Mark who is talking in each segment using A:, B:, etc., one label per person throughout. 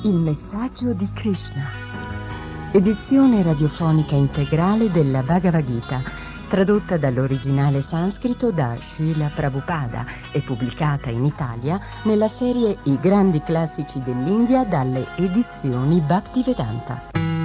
A: Il messaggio di Krishna. Edizione radiofonica integrale della Bhagavad Gita, tradotta dall'originale sanscrito da Srila Prabhupada e pubblicata in Italia nella serie I grandi classici dell'India dalle edizioni Bhaktivedanta.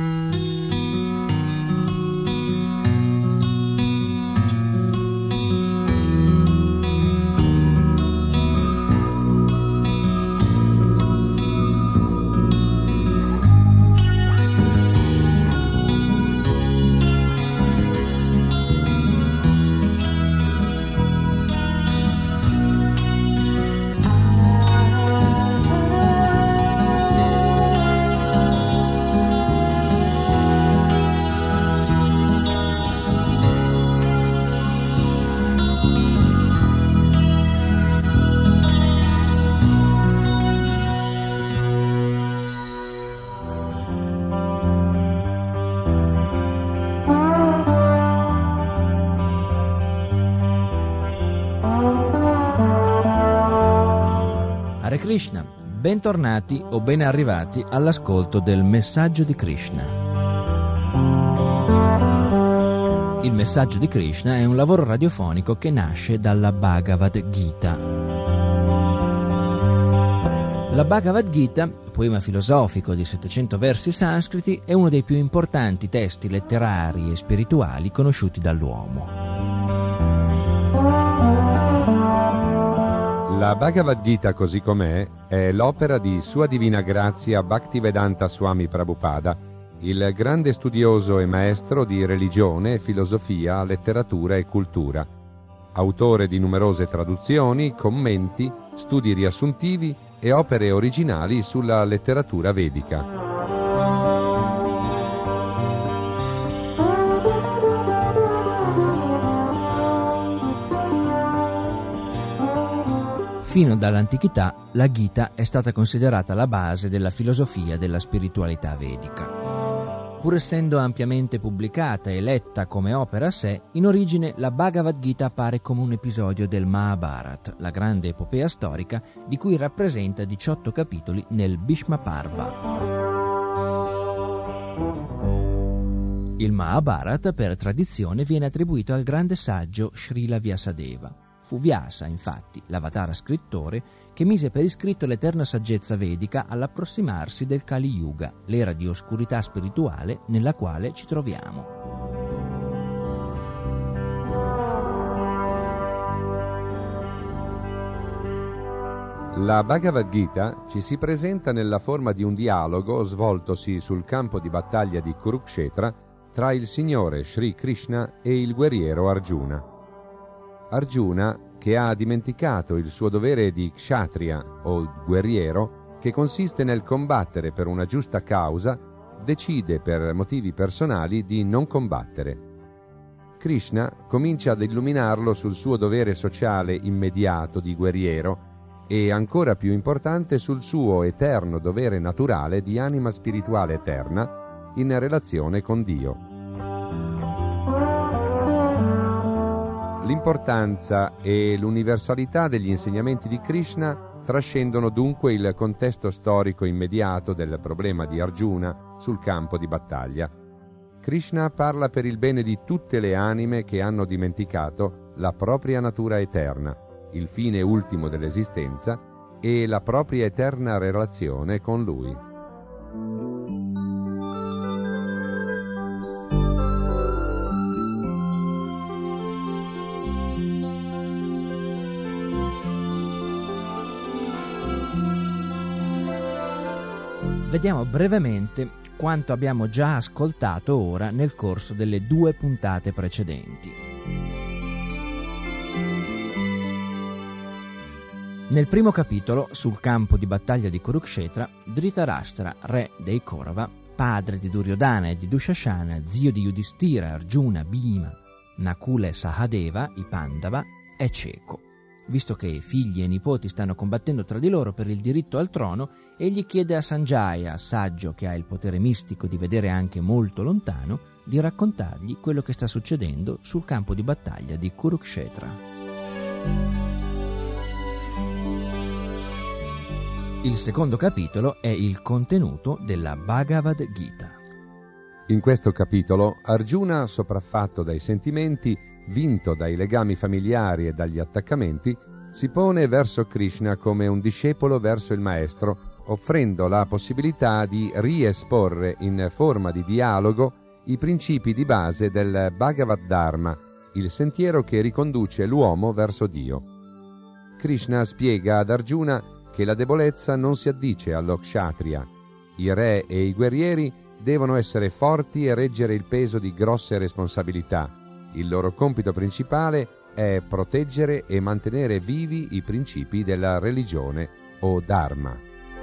B: Hare Krishna, bentornati o ben arrivati all'ascolto del Messaggio di Krishna. Il Messaggio di Krishna è un lavoro radiofonico che nasce dalla Bhagavad Gita. La Bhagavad Gita, poema filosofico di 700 versi sanscriti, è uno dei più importanti testi letterari e spirituali conosciuti dall'uomo.
C: La Bhagavad Gita così com'è è l'opera di Sua Divina Grazia Bhaktivedanta Swami Prabhupada, il grande studioso e maestro di religione, filosofia, letteratura e cultura, autore di numerose traduzioni, commenti, studi riassuntivi e opere originali sulla letteratura vedica.
B: Fino dall'antichità, la Gita è stata considerata la base della filosofia della spiritualità vedica. Pur essendo ampiamente pubblicata e letta come opera a sé, in origine la Bhagavad Gita appare come un episodio del Mahabharata, la grande epopea storica di cui rappresenta 18 capitoli nel Bhishma Parva. Il Mahabharata, per tradizione, viene attribuito al grande saggio Srila Vyasadeva. Fu Vyasa, infatti, l'avatara scrittore, che mise per iscritto l'eterna saggezza vedica all'approssimarsi del Kali Yuga, l'era di oscurità spirituale nella quale ci troviamo.
C: La Bhagavad Gita ci si presenta nella forma di un dialogo svoltosi sul campo di battaglia di Kurukshetra tra il Signore Sri Krishna e il guerriero Arjuna. Arjuna, che ha dimenticato il suo dovere di kshatriya o guerriero, che consiste nel combattere per una giusta causa, decide per motivi personali di non combattere. Krishna comincia ad illuminarlo sul suo dovere sociale immediato di guerriero e, ancora più importante, sul suo eterno dovere naturale di anima spirituale eterna in relazione con Dio. L'importanza e l'universalità degli insegnamenti di Krishna trascendono dunque il contesto storico immediato del problema di Arjuna sul campo di battaglia. Krishna parla per il bene di tutte le anime che hanno dimenticato la propria natura eterna, il fine ultimo dell'esistenza e la propria eterna relazione con Lui.
B: Vediamo brevemente quanto abbiamo già ascoltato ora nel corso delle 2 puntate precedenti. Nel primo capitolo, sul campo di battaglia di Kurukshetra, Dhritarashtra, re dei Kaurava, padre di Duryodhana e di Dushashana, zio di Yudhishthira, Arjuna, Bhima, Nakula e Sahadeva, i Pandava, è cieco. Visto che figli e nipoti stanno combattendo tra di loro per il diritto al trono, egli chiede a Sanjaya, saggio che ha il potere mistico di vedere anche molto lontano, di raccontargli quello che sta succedendo sul campo di battaglia di Kurukshetra. Il secondo capitolo è il contenuto della Bhagavad Gita.
C: In questo capitolo Arjuna, sopraffatto dai sentimenti, vinto dai legami familiari e dagli attaccamenti, si pone verso Krishna come un discepolo verso il maestro, offrendo la possibilità di riesporre in forma di dialogo i principi di base del Bhagavad Dharma, il sentiero che riconduce l'uomo verso Dio. Krishna spiega ad Arjuna che la debolezza non si addice allo kshatriya. I re e i guerrieri devono essere forti e reggere il peso di grosse responsabilità. Il loro compito principale è proteggere e mantenere vivi i principi della religione o Dharma.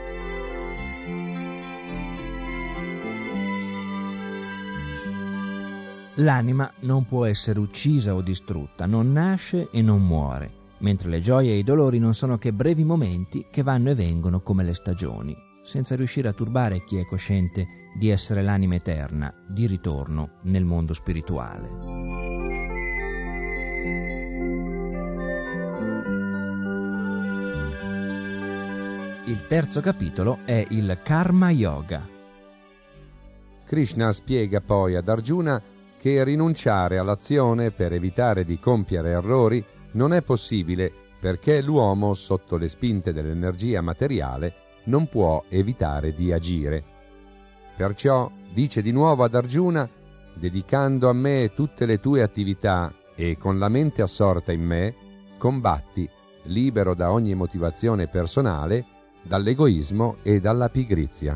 B: L'anima non può essere uccisa o distrutta, non nasce e non muore, mentre le gioie e i dolori non sono che brevi momenti che vanno e vengono come le stagioni, senza riuscire a turbare chi è cosciente di essere l'anima eterna, di ritorno nel mondo spirituale. Il terzo capitolo è il Karma Yoga.
C: Krishna spiega poi ad Arjuna che rinunciare all'azione per evitare di compiere errori non è possibile perché l'uomo, sotto le spinte dell'energia materiale, non può evitare di agire. Perciò dice di nuovo ad Arjuna: dedicando a me tutte le tue attività e con la mente assorta in me, combatti, libero da ogni motivazione personale, dall'egoismo e dalla pigrizia.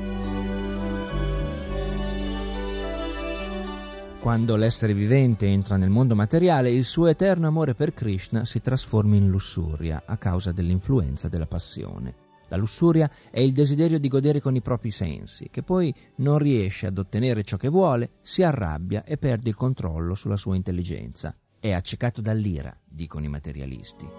B: Quando l'essere vivente entra nel mondo materiale, il suo eterno amore per Krishna si trasforma in lussuria a causa dell'influenza della passione. La lussuria è il desiderio di godere con i propri sensi, che poi non riesce ad ottenere ciò che vuole, si arrabbia e perde il controllo sulla sua intelligenza. È accecato dall'ira, dicono i materialisti.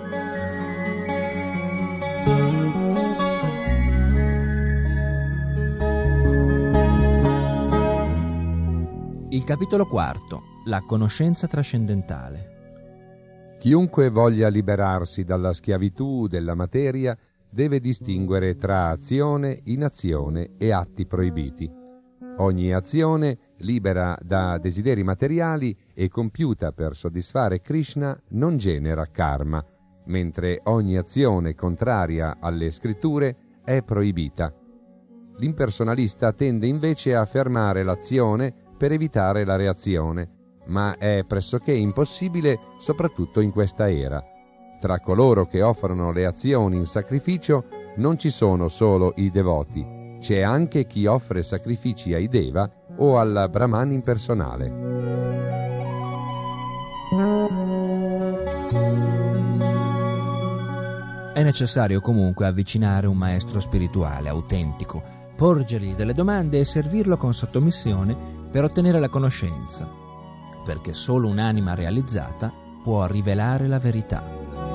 B: Il capitolo quarto, la conoscenza trascendentale.
C: Chiunque voglia liberarsi dalla schiavitù della materia deve distinguere tra azione, inazione e atti proibiti. Ogni azione libera da desideri materiali e compiuta per soddisfare Krishna non genera karma, mentre ogni azione contraria alle scritture è proibita. L'impersonalista tende invece a fermare l'azione per evitare la reazione, ma è pressoché impossibile soprattutto in questa era. Tra coloro che offrono le azioni in sacrificio non ci sono solo i devoti, c'è anche chi offre sacrifici ai Deva o al Brahman impersonale.
B: È necessario comunque avvicinare un maestro spirituale autentico, porgergli delle domande e servirlo con sottomissione per ottenere la conoscenza, perché solo un'anima realizzata può rivelare la verità.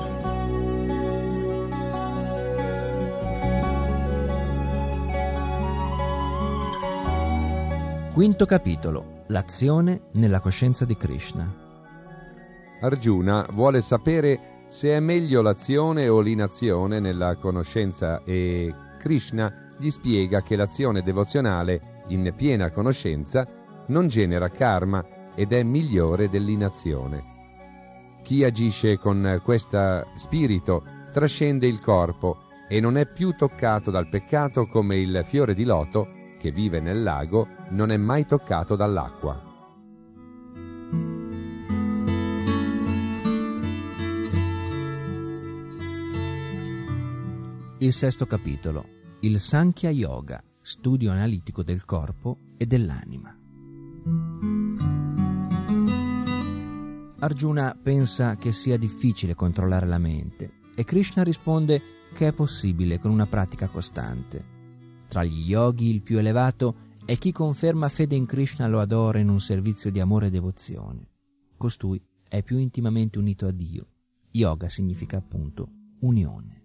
B: Quinto capitolo, l'azione nella coscienza di Krishna.
C: Arjuna vuole sapere se è meglio l'azione o l'inazione nella conoscenza e Krishna gli spiega che l'azione devozionale in piena conoscenza non genera karma ed è migliore dell'inazione. Chi agisce con questo spirito trascende il corpo e non è più toccato dal peccato come il fiore di loto che vive nel lago non è mai toccato dall'acqua.
B: Il sesto capitolo, il Sankhya Yoga, studio analitico del corpo e dell'anima. Arjuna pensa che sia difficile controllare la mente e Krishna risponde che è possibile con una pratica costante. Tra gli yogi il più elevato è chi conferma fede in Krishna e lo adora in un servizio di amore e devozione. Costui è più intimamente unito a Dio. Yoga significa appunto unione.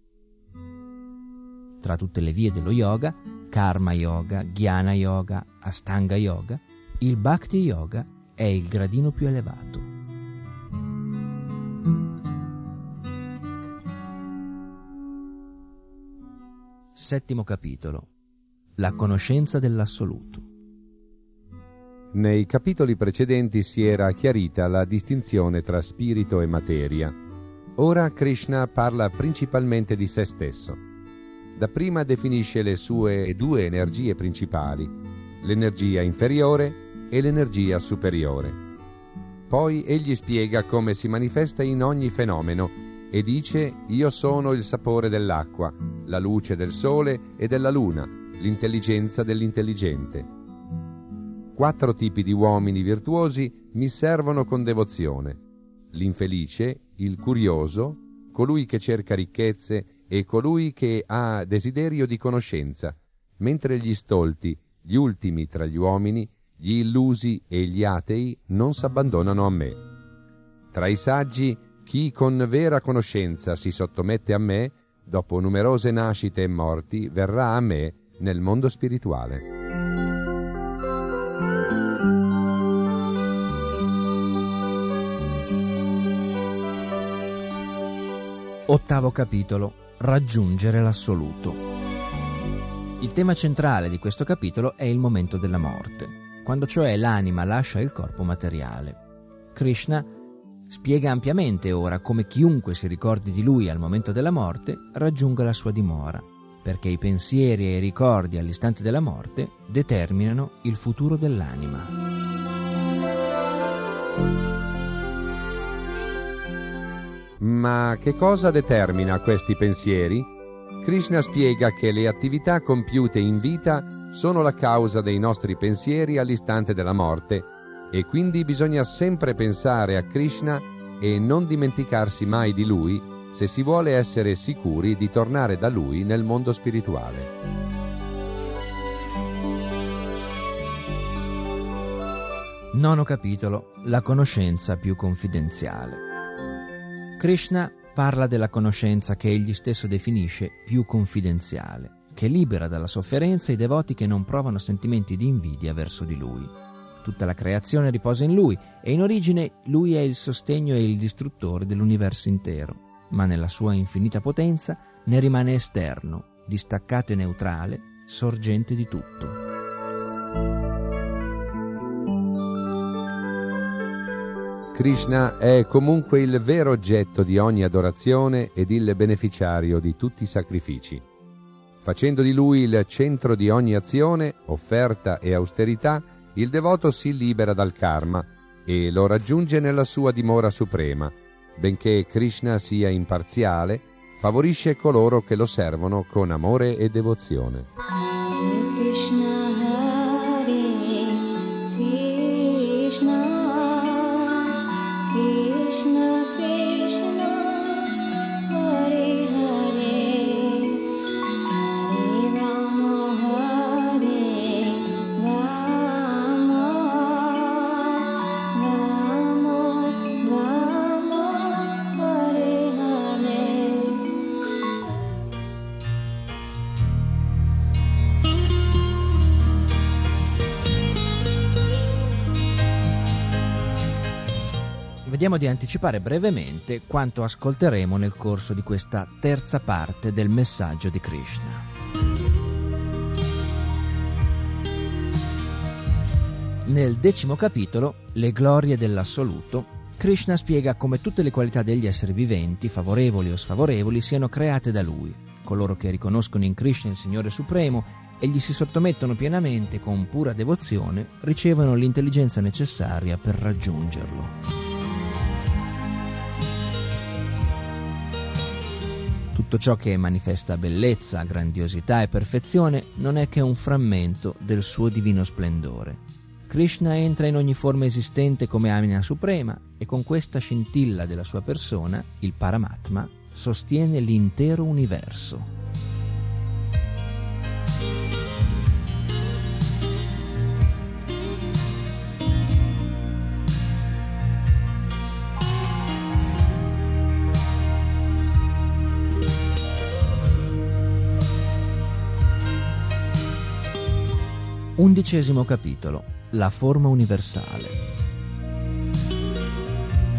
B: Tra tutte le vie dello yoga, Karma Yoga, Jnana Yoga, Astanga Yoga, il Bhakti Yoga è il gradino più elevato. Settimo capitolo. La conoscenza dell'assoluto.
C: Nei capitoli precedenti si era chiarita la distinzione tra spirito e materia. Ora Krishna parla principalmente di se stesso. Dapprima definisce le sue due energie principali, l'energia inferiore e l'energia superiore. Poi egli spiega come si manifesta in ogni fenomeno e dice: io sono il sapore dell'acqua, la luce del sole e della luna, l'intelligenza dell'intelligente. 4 tipi di uomini virtuosi mi servono con devozione: l'infelice, il curioso, colui che cerca ricchezze e colui che ha desiderio di conoscenza, mentre gli stolti, gli ultimi tra gli uomini, gli illusi e gli atei non s'abbandonano a me. Tra i saggi, chi con vera conoscenza si sottomette a me, dopo numerose nascite e morti, verrà a me nel mondo spirituale.
B: Ottavo capitolo. Raggiungere l'assoluto. Il tema centrale di questo capitolo è il momento della morte, quando cioè l'anima lascia il corpo materiale. Krishna spiega ampiamente ora come chiunque si ricordi di lui al momento della morte raggiunga la sua dimora, perché i pensieri e i ricordi all'istante della morte determinano il futuro dell'anima.
C: Ma che cosa determina questi pensieri? Krishna spiega che le attività compiute in vita sono la causa dei nostri pensieri all'istante della morte e quindi bisogna sempre pensare a Krishna e non dimenticarsi mai di Lui se si vuole essere sicuri di tornare da Lui nel mondo spirituale.
B: Nono capitolo. La conoscenza più confidenziale. Krishna parla della conoscenza che egli stesso definisce più confidenziale, che libera dalla sofferenza i devoti che non provano sentimenti di invidia verso di lui. Tutta la creazione riposa in lui e in origine lui è il sostegno e il distruttore dell'universo intero, ma nella sua infinita potenza ne rimane esterno, distaccato e neutrale, sorgente di tutto.
C: Krishna è comunque il vero oggetto di ogni adorazione ed il beneficiario di tutti i sacrifici. Facendo di lui il centro di ogni azione, offerta e austerità, il devoto si libera dal karma e lo raggiunge nella sua dimora suprema. Benché Krishna sia imparziale, favorisce coloro che lo servono con amore e devozione.
B: Vediamo di anticipare brevemente quanto ascolteremo nel corso di questa terza parte del messaggio di Krishna. Nel 10° capitolo, Le glorie dell'assoluto, Krishna spiega come tutte le qualità degli esseri viventi, favorevoli o sfavorevoli, siano create da lui. Coloro che riconoscono in Krishna il Signore Supremo e gli si sottomettono pienamente con pura devozione, ricevono l'intelligenza necessaria per raggiungerlo. Tutto ciò che manifesta bellezza, grandiosità e perfezione non è che un frammento del suo divino splendore. Krishna entra in ogni forma esistente come anima suprema e con questa scintilla della sua persona, il Paramatma, sostiene l'intero universo. Undicesimo capitolo. La forma universale.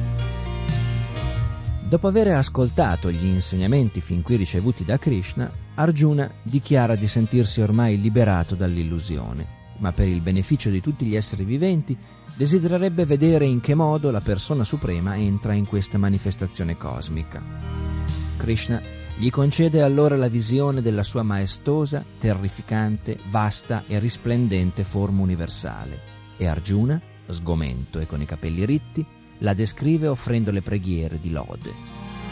B: Dopo aver ascoltato gli insegnamenti fin qui ricevuti da Krishna, Arjuna dichiara di sentirsi ormai liberato dall'illusione, ma per il beneficio di tutti gli esseri viventi desidererebbe vedere in che modo la persona suprema entra in questa manifestazione cosmica. Krishna gli concede allora la visione della sua maestosa, terrificante, vasta e risplendente forma universale e Arjuna, sgomento e con i capelli ritti, la descrive offrendo le preghiere di lode.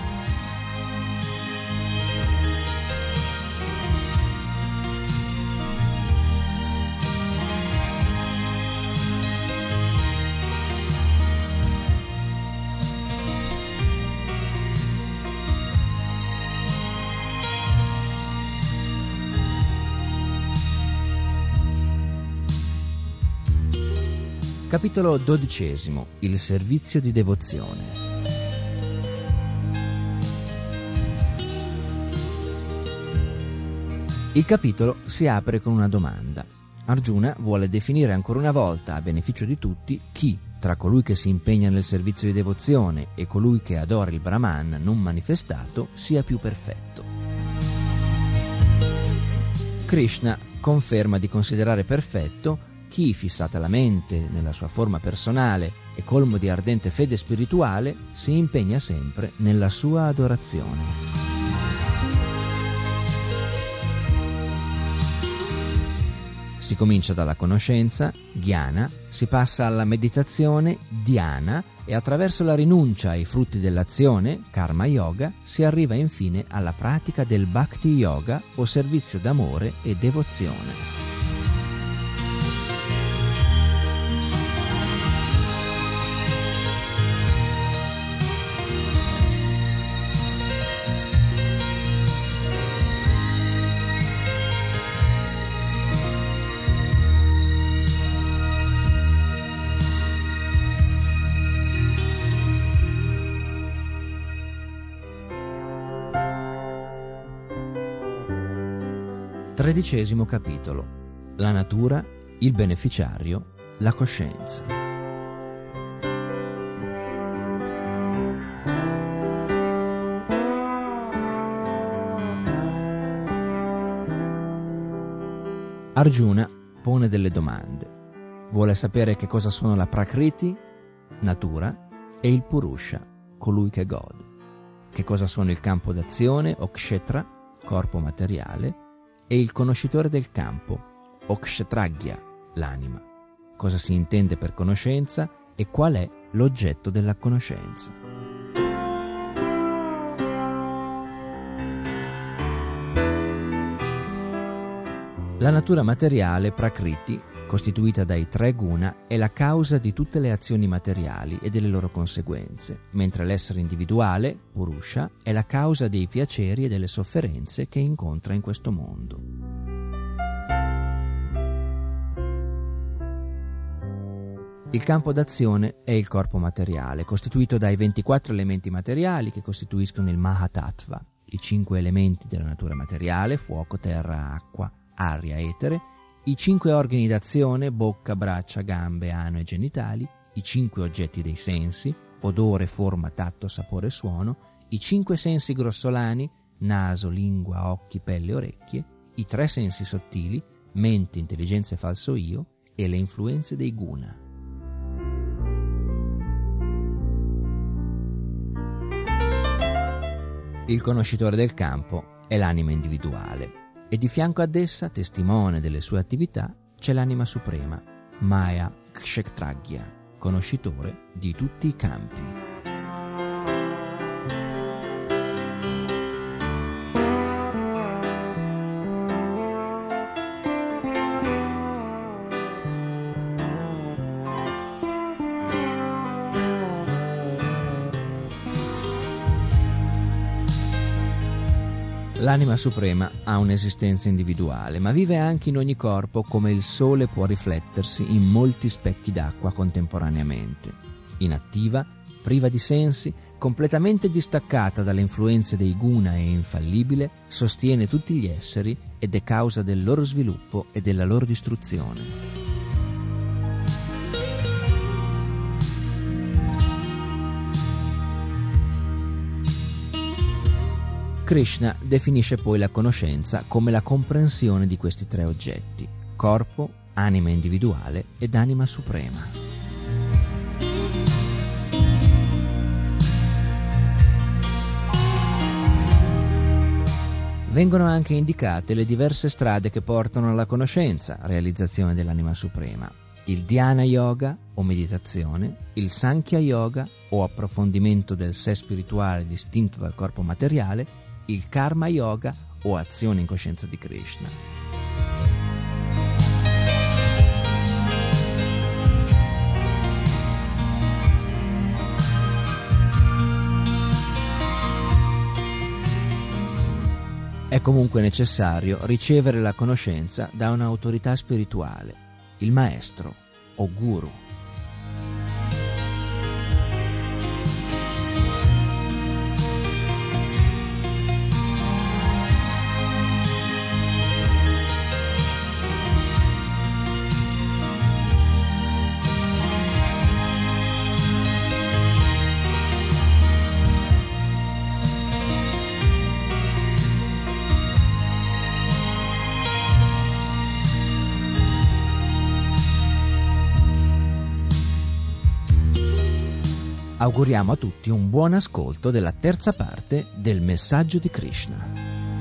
B: Capitolo 12. Il servizio di devozione. Il capitolo si apre con una domanda. Arjuna vuole definire ancora una volta, a beneficio di tutti, chi, tra colui che si impegna nel servizio di devozione e colui che adora il Brahman non manifestato, sia più perfetto. Krishna conferma di considerare perfetto chi, fissata la mente nella sua forma personale e colmo di ardente fede spirituale, si impegna sempre nella sua adorazione. Si comincia dalla conoscenza, jnana, si passa alla meditazione, dhyana, e attraverso la rinuncia ai frutti dell'azione, karma yoga, si arriva infine alla pratica del bhakti yoga o servizio d'amore e devozione. Tredicesimo capitolo. La natura, il beneficiario, la coscienza. Arjuna pone delle domande. Vuole sapere che cosa sono la Prakriti, natura, e il Purusha, colui che gode. Che cosa sono il campo d'azione, o Kshetra, corpo materiale, e il conoscitore del campo, o Kshetragya, l'anima. Cosa si intende per conoscenza e qual è l'oggetto della conoscenza. La natura materiale, Prakriti, costituita dai tre guna, è la causa di tutte le azioni materiali e delle loro conseguenze, mentre l'essere individuale, Purusha, è la causa dei piaceri e delle sofferenze che incontra in questo mondo. Il campo d'azione è il corpo materiale, costituito dai 24 elementi materiali che costituiscono il Mahatattva, i 5 elementi della natura materiale, fuoco, terra, acqua, aria, etere, i 5 organi d'azione, bocca, braccia, gambe, ano e genitali, i 5 oggetti dei sensi, odore, forma, tatto, sapore e suono, i 5 sensi grossolani, naso, lingua, occhi, pelle, orecchie, i 3 sensi sottili, mente, intelligenza e falso io, e le influenze dei guna. Il conoscitore del campo è l'anima individuale. E di fianco ad essa, testimone delle sue attività, c'è l'anima suprema, Maya Kshetragya, conoscitore di tutti i campi. L'anima suprema ha un'esistenza individuale, ma vive anche in ogni corpo come il sole può riflettersi in molti specchi d'acqua contemporaneamente. Inattiva, priva di sensi, completamente distaccata dalle influenze dei guna e infallibile, sostiene tutti gli esseri ed è causa del loro sviluppo e della loro distruzione. Krishna definisce poi la conoscenza come la comprensione di questi tre oggetti: corpo, anima individuale ed anima suprema. Vengono anche indicate le diverse strade che portano alla conoscenza, realizzazione dell'anima suprema: il Dhyana Yoga o meditazione, il Sankhya Yoga o approfondimento del sé spirituale distinto dal corpo materiale, il Karma Yoga o azione in coscienza di Krishna. È comunque necessario ricevere la conoscenza da un'autorità spirituale, il maestro o guru. Auguriamo a tutti un buon ascolto della terza parte del Messaggio di Krishna.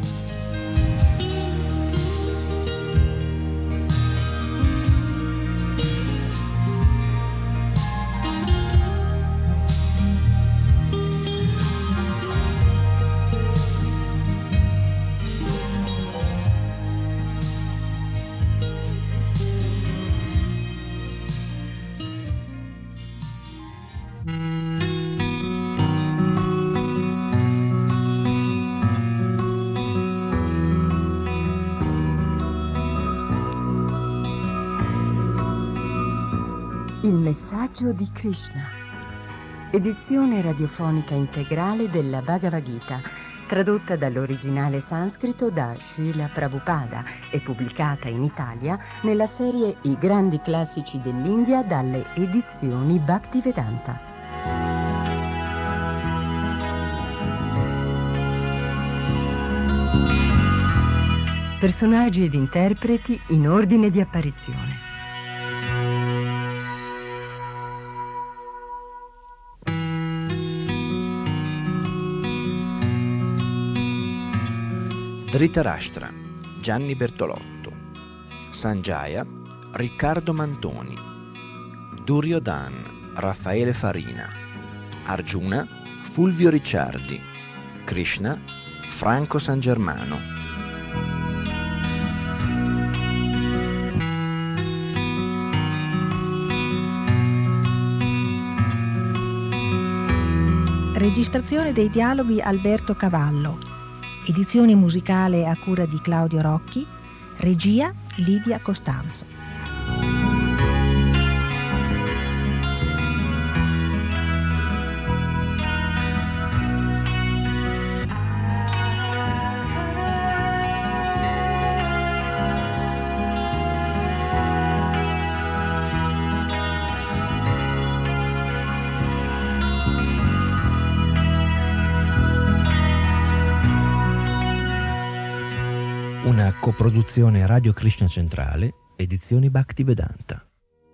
A: Il Messaggio di Krishna, edizione radiofonica integrale della Bhagavad Gita, tradotta dall'originale sanscrito da Srila Prabhupada e pubblicata in Italia nella serie I grandi classici dell'India dalle edizioni Bhaktivedanta. Personaggi ed interpreti in ordine di apparizione.
B: Dhritarashtra, Gianni Bertolotto. Sanjaya, Riccardo Mantoni. Duryodhana, Raffaele Farina. Arjuna, Fulvio Ricciardi. Krishna, Franco San Germano.
D: Registrazione dei dialoghi Alberto Cavallo. Edizione musicale a cura di Claudio Rocchi. Regia Lidia Costanzo.
B: Una coproduzione Radio Krishna Centrale, edizioni Bhaktivedanta.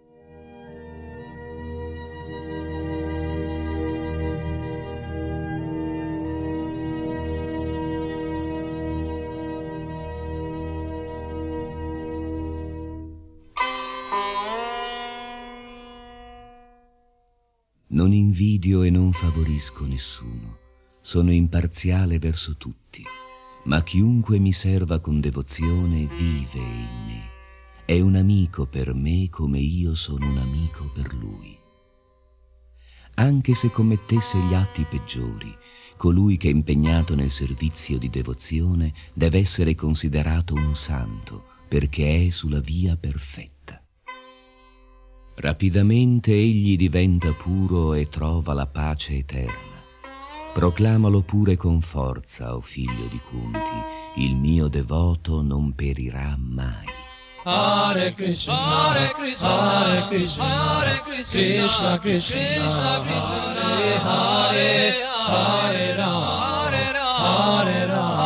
E: Non invidio e non favorisco nessuno, sono imparziale verso tutti. Ma chiunque mi serva con devozione vive in me. È un amico per me come io sono un amico per lui. Anche se commettesse gli atti peggiori, colui che è impegnato nel servizio di devozione deve essere considerato un santo, perché è sulla via perfetta. Rapidamente egli diventa puro e trova la pace eterna. Proclamalo pure con forza, o figlio di Kunti, il mio devoto non perirà mai.
F: Hare Krishna, Hare Krishna, Hare Krishna, Hare Krishna, Krishna Krishna, Hare Hare, Hare Rama, Hare Rama, Hare Rama.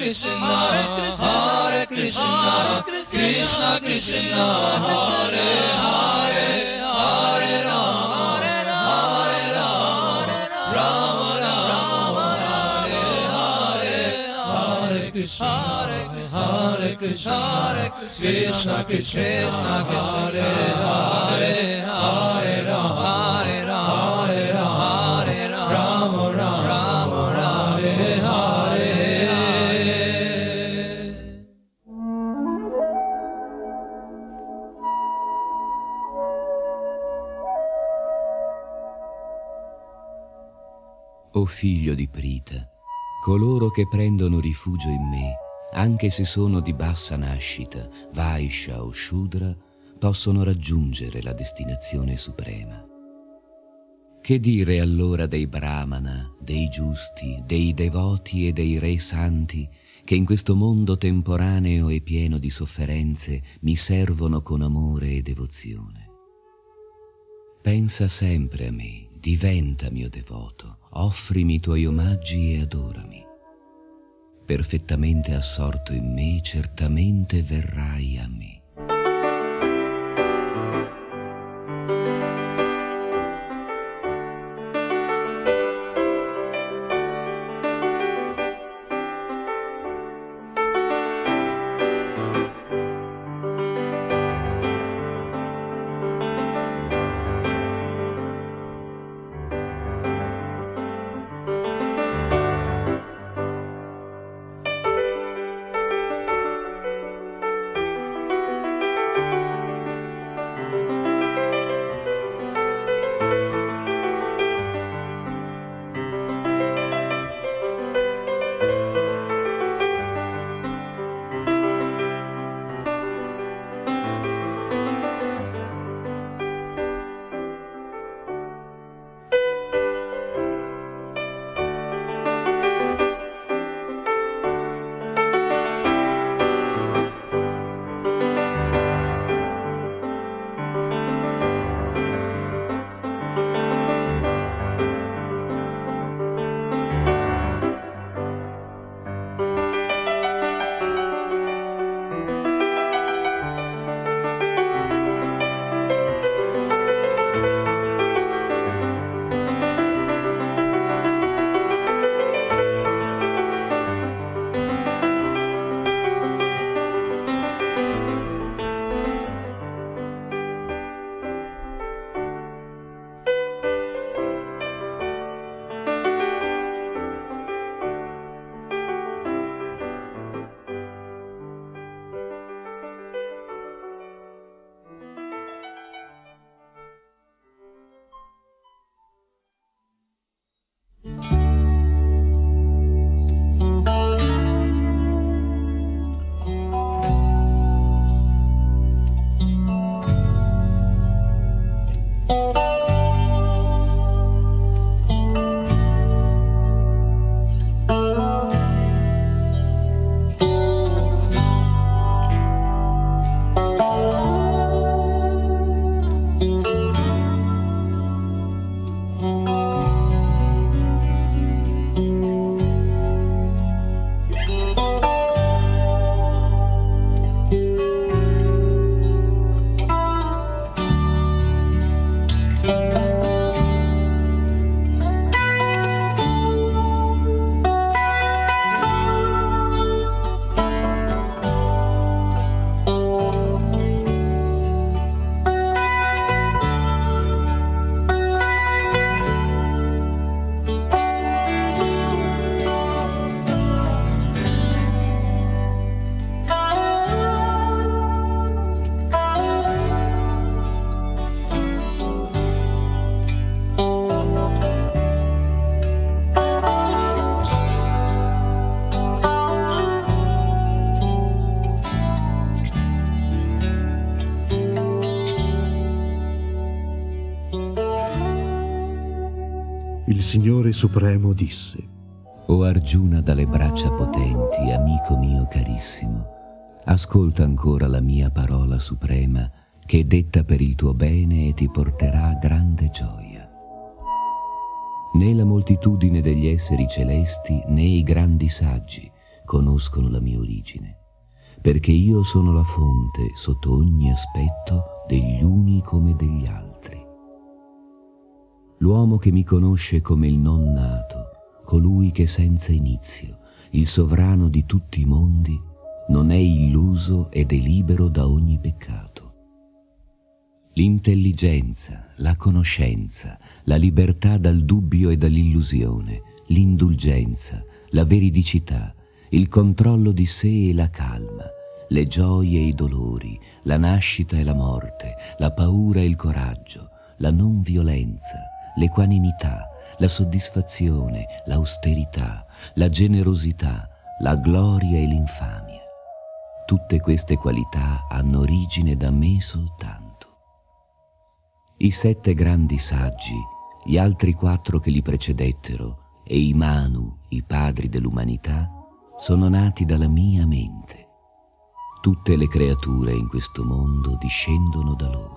F: Hare Krishna, Krishna Krishna, Hare Hare, Hare Rama, Hare Rama, Rama Rama, Hare Hare, Hare Krishna, Hare Krishna, Krishna Krishna, Hare Hare, Hare Rama, Hare Rama, Rama Rama, Hare Hare.
E: O figlio di Prita, coloro che prendono rifugio in me, anche se sono di bassa nascita, Vaishya o Shudra, possono raggiungere la destinazione suprema. Che dire allora dei Brahmana, dei giusti, dei devoti e dei re santi, che in questo mondo temporaneo e pieno di sofferenze mi servono con amore e devozione? Pensa sempre a me, diventa mio devoto, offrimi i tuoi omaggi e adorami. Perfettamente assorto in me, certamente verrai a me.
G: Il Signore Supremo disse:
E: O Arjuna dalle braccia potenti, amico mio carissimo, ascolta ancora la mia parola suprema, che è detta per il tuo bene e ti porterà grande gioia. Né la moltitudine degli esseri celesti, né i grandi saggi, conoscono la mia origine, perché io sono la fonte sotto ogni aspetto degli uni come degli altri. L'uomo che mi conosce come il non nato, colui che senza inizio, il sovrano di tutti i mondi, non è illuso ed è libero da ogni peccato. L'intelligenza, la conoscenza, la libertà dal dubbio e dall'illusione, l'indulgenza, la veridicità, il controllo di sé e la calma, le gioie e i dolori, la nascita e la morte, la paura e il coraggio, la non violenza, l'equanimità, la soddisfazione, l'austerità, la generosità, la gloria e l'infamia. Tutte queste qualità hanno origine da me soltanto. I 7 grandi saggi, gli altri 4 che li precedettero e i Manu, i padri dell'umanità, sono nati dalla mia mente. Tutte le creature in questo mondo discendono da loro.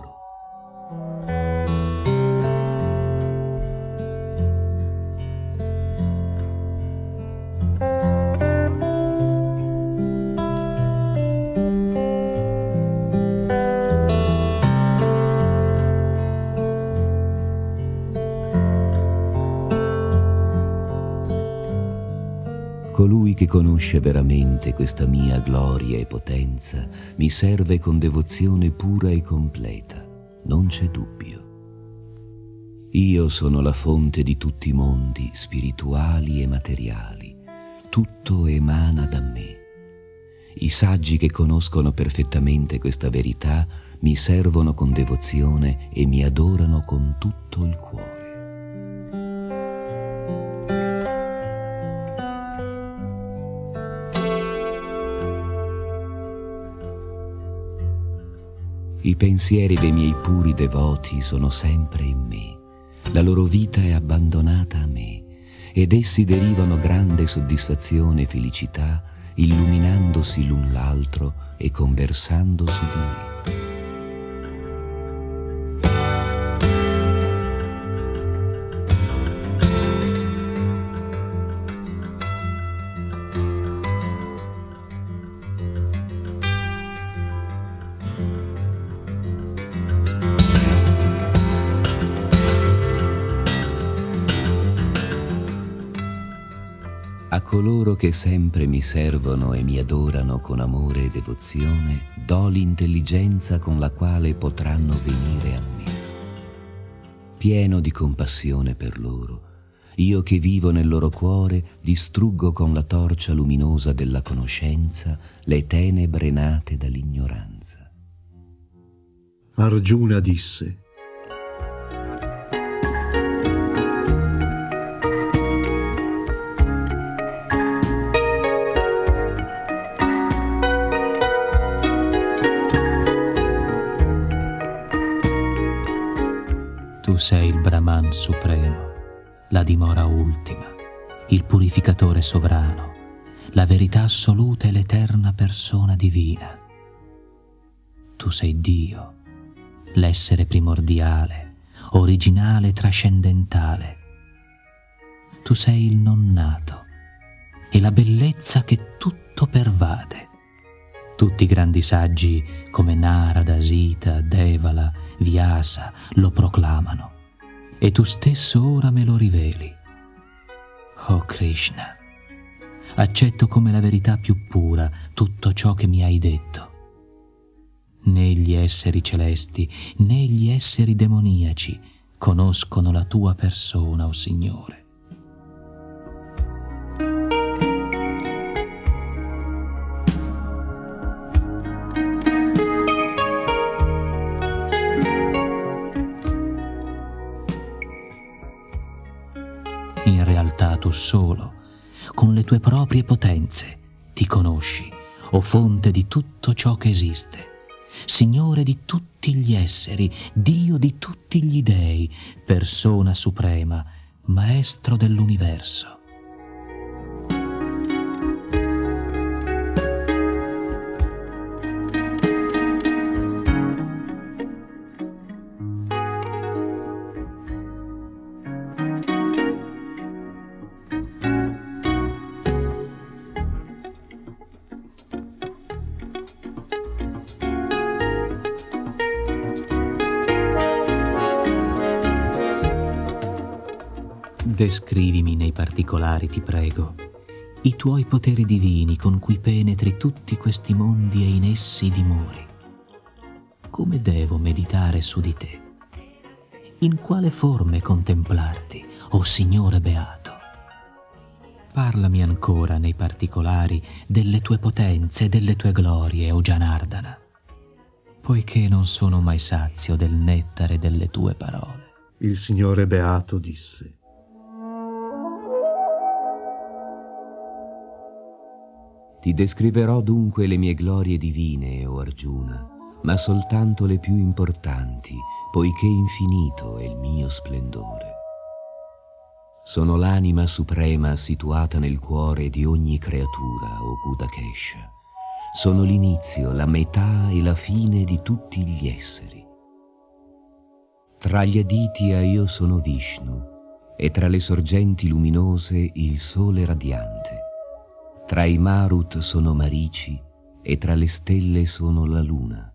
E: Colui che conosce veramente questa mia gloria e potenza mi serve con devozione pura e completa, non c'è dubbio. Io sono la fonte di tutti i mondi spirituali e materiali, tutto emana da me. I saggi che conoscono perfettamente questa verità mi servono con devozione e mi adorano con tutto il cuore. I pensieri dei miei puri devoti sono sempre in me, la loro vita è abbandonata a me, ed essi derivano grande soddisfazione e felicità, illuminandosi l'un l'altro e conversando su di me. A coloro che sempre mi servono e mi adorano con amore e devozione, do l'intelligenza con la quale potranno venire a me. Pieno di compassione per loro, io che vivo nel loro cuore distruggo con la torcia luminosa della conoscenza le tenebre nate dall'ignoranza.
G: Arjuna disse:
H: Tu sei il Brahman supremo, la dimora ultima, il purificatore sovrano, la verità assoluta e l'eterna persona divina. Tu sei Dio, l'essere primordiale, originale e trascendentale. Tu sei il non nato e la bellezza che tutto pervade. Tutti i grandi saggi come Narada, Sita, Devala, Vyasa lo proclamano e tu stesso ora me lo riveli. Oh Krishna, accetto come la verità più pura tutto ciò che mi hai detto. Né gli esseri celesti né gli esseri demoniaci conoscono la tua persona, o Signore. In realtà tu solo, con le tue proprie potenze, ti conosci, o fonte di tutto ciò che esiste, Signore di tutti gli esseri, Dio di tutti gli dei, persona suprema, Maestro dell'universo. Descrivimi nei particolari, ti prego, i tuoi poteri divini con cui penetri tutti questi mondi e in essi dimori. Come devo meditare su di te? In quale forme contemplarti, o Signore beato? Parlami ancora nei particolari delle tue potenze e delle tue glorie, o Janardana, poiché non sono mai sazio del nettare delle tue parole.
G: Il Signore beato disse:
E: Ti descriverò dunque le mie glorie divine, o Arjuna, ma soltanto le più importanti, poiché infinito è il mio splendore. Sono l'anima suprema situata nel cuore di ogni creatura, o Gudakesha. Sono l'inizio, la metà e la fine di tutti gli esseri. Tra gli Aditya io sono Vishnu, e tra le sorgenti luminose il sole radiante. Tra i Marut sono Marici, e tra le stelle sono la luna.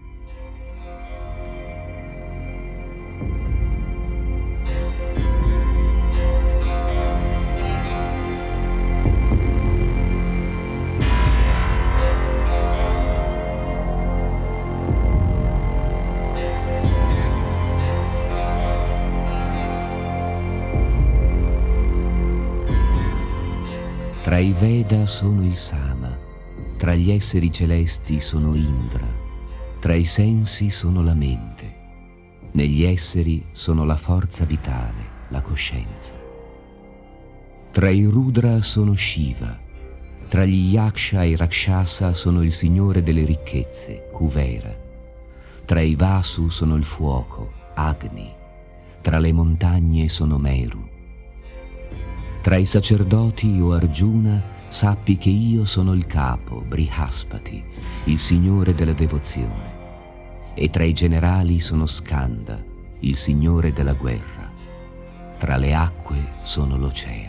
E: Tra i Veda sono il Sama, tra gli esseri celesti sono Indra, tra i sensi sono la mente, negli esseri sono la forza vitale, la coscienza. Tra i Rudra sono Shiva, tra gli Yaksha e i Rakshasa sono il Signore delle ricchezze, Kuvera, tra i Vasu sono il fuoco, Agni, tra le montagne sono Meru. Tra i sacerdoti, o Arjuna, sappi che io sono il capo, Brihaspati, il signore della devozione. E tra i generali sono Skanda, il signore della guerra. Tra le acque sono l'oceano.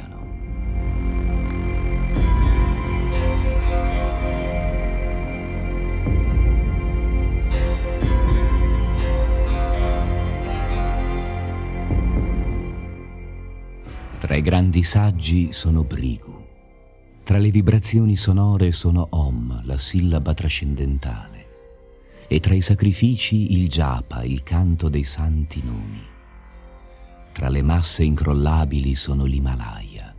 E: Tra i grandi saggi sono Brigu. Tra le vibrazioni sonore sono Om, la sillaba trascendentale. E tra i sacrifici il Japa, il canto dei santi nomi. Tra le masse incrollabili sono l'Himalaya.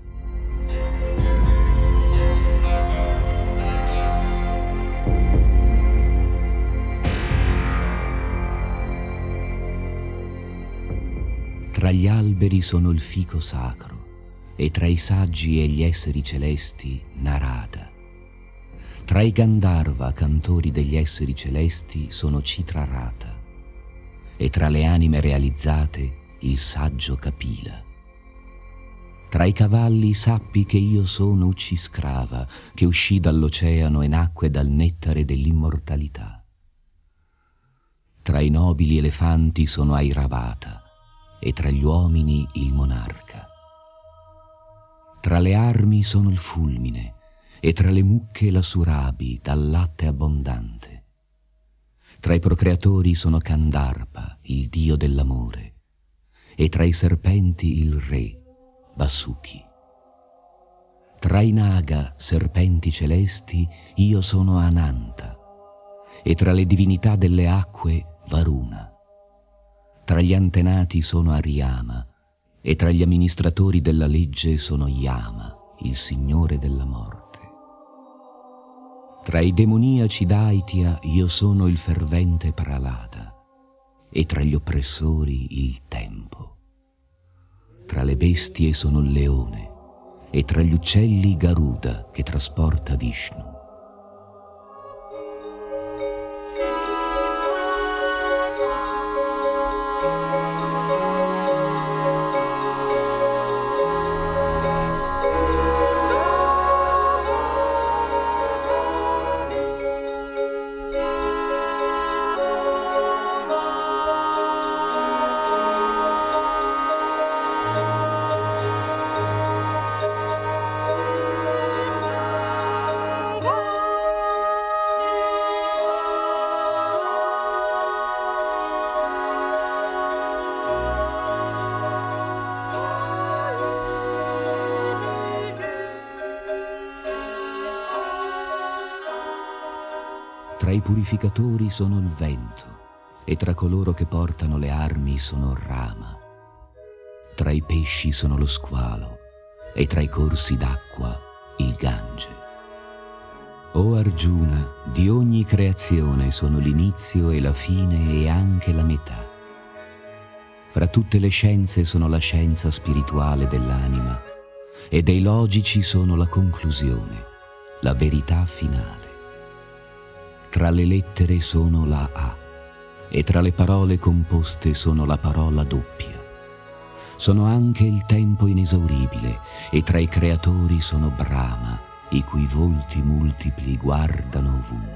E: Tra gli alberi sono il fico sacro, e tra i saggi e gli esseri celesti Narada. Tra i Gandharva, cantori degli esseri celesti, sono Citrarata, e tra le anime realizzate il saggio Kapila. Tra i cavalli sappi che io sono Ucciscrava, che uscì dall'oceano e nacque dal nettare dell'immortalità. Tra i nobili elefanti sono Airavata, e tra gli uomini il monarca. Tra le armi sono il fulmine, e tra le mucche la surabi, dal latte abbondante. Tra i procreatori sono Kandarpa, il dio dell'amore, e tra i serpenti il re, Vasuki. Tra i Naga, serpenti celesti, io sono Ananta, e tra le divinità delle acque Varuna. Tra gli antenati sono Ariyama, e tra gli amministratori della legge sono Yama, il signore della morte. Tra i demoniaci d'Aitya io sono il fervente Pralada, e tra gli oppressori il tempo. Tra le bestie sono il leone, e tra gli uccelli Garuda, che trasporta Vishnu.
I: Bye.
E: Tra i purificatori sono il vento, e tra coloro che portano le armi sono Rama. Tra i pesci sono lo squalo, e tra i corsi d'acqua il Gange. O Arjuna, di ogni creazione sono l'inizio e la fine e anche la metà. Fra tutte le scienze sono la scienza spirituale dell'anima, e dei logici sono la conclusione, la verità finale. Tra le lettere sono la A, e tra le parole composte sono la parola doppia. Sono anche il tempo inesauribile, e tra i creatori sono Brahma, i cui volti multipli guardano ovunque.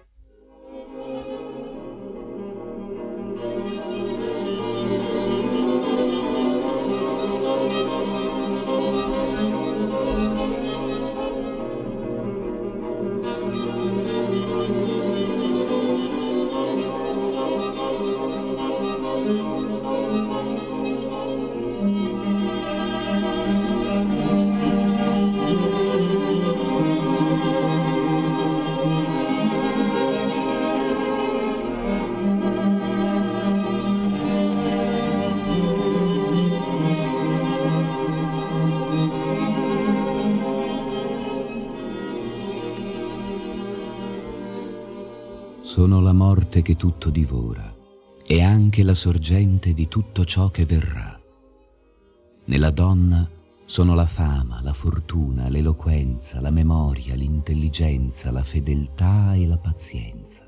E: Sono la morte che tutto divora, e anche la sorgente di tutto ciò che verrà. Nella donna sono la fama, la fortuna, l'eloquenza, la memoria, l'intelligenza, la fedeltà e la pazienza.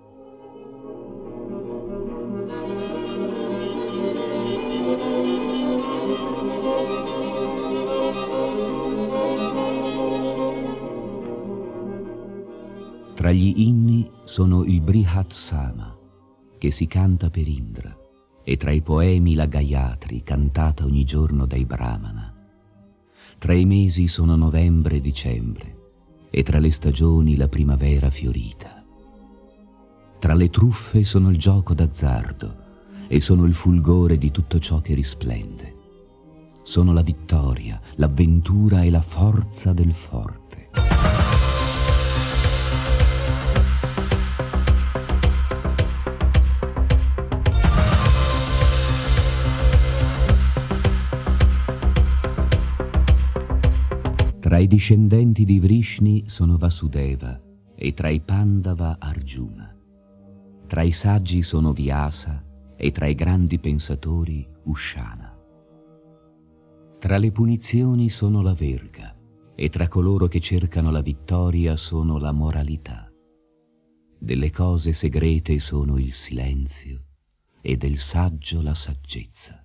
E: Tra gli inni sono il Brihat Sama, che si canta per Indra, e tra i poemi la Gayatri, cantata ogni giorno dai Brahmana. Tra i mesi sono novembre e dicembre, e tra le stagioni la primavera fiorita. Tra le truffe sono il gioco d'azzardo, e sono il fulgore di tutto ciò che risplende. Sono la vittoria, l'avventura e la forza del forte. Tra i discendenti di Vrishni sono Vasudeva, e tra i Pandava Arjuna. Tra i saggi sono Vyasa, e tra i grandi pensatori Ushana. Tra le punizioni sono la verga, e tra coloro che cercano la vittoria sono la moralità. Delle cose segrete sono il silenzio, e del saggio la saggezza.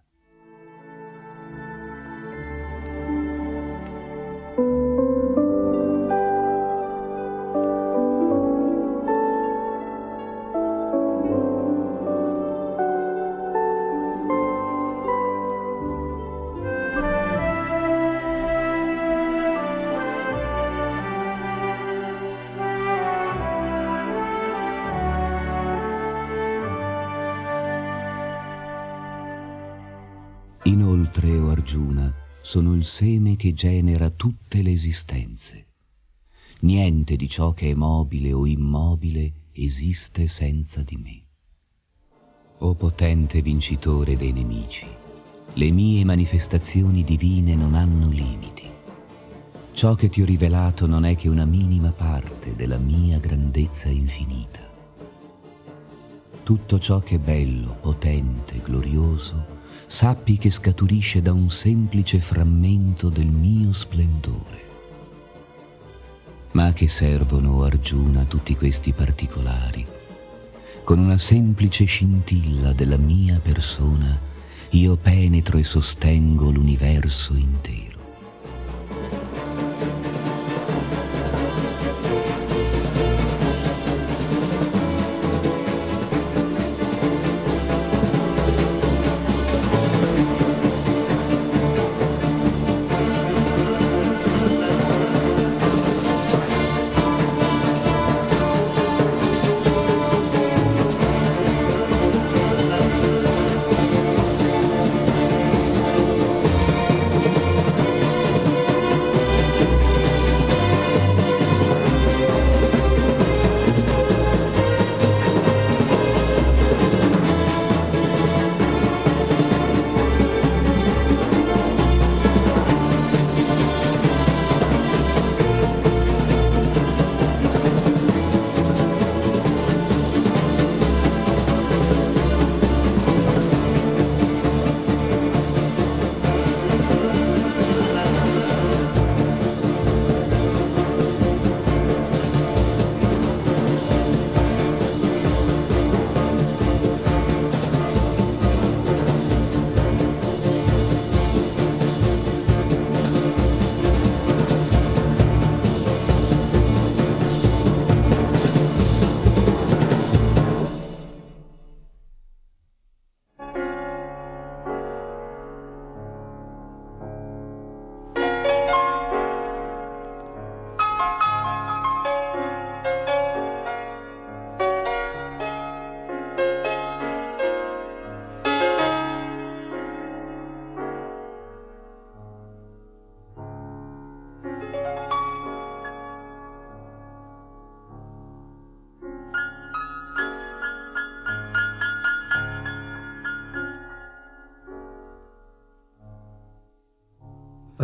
E: Inoltre, o Arjuna, sono il seme che genera tutte le esistenze. Niente di ciò che è mobile o immobile esiste senza di me. O potente vincitore dei nemici, le mie manifestazioni divine non hanno limiti. Ciò che ti ho rivelato non è che una minima parte della mia grandezza infinita. Tutto ciò che è bello, potente, glorioso, sappi che scaturisce da un semplice frammento del mio splendore. Ma a che servono, Arjuna, tutti questi particolari? Con una semplice scintilla della mia persona io penetro e sostengo l'universo intero.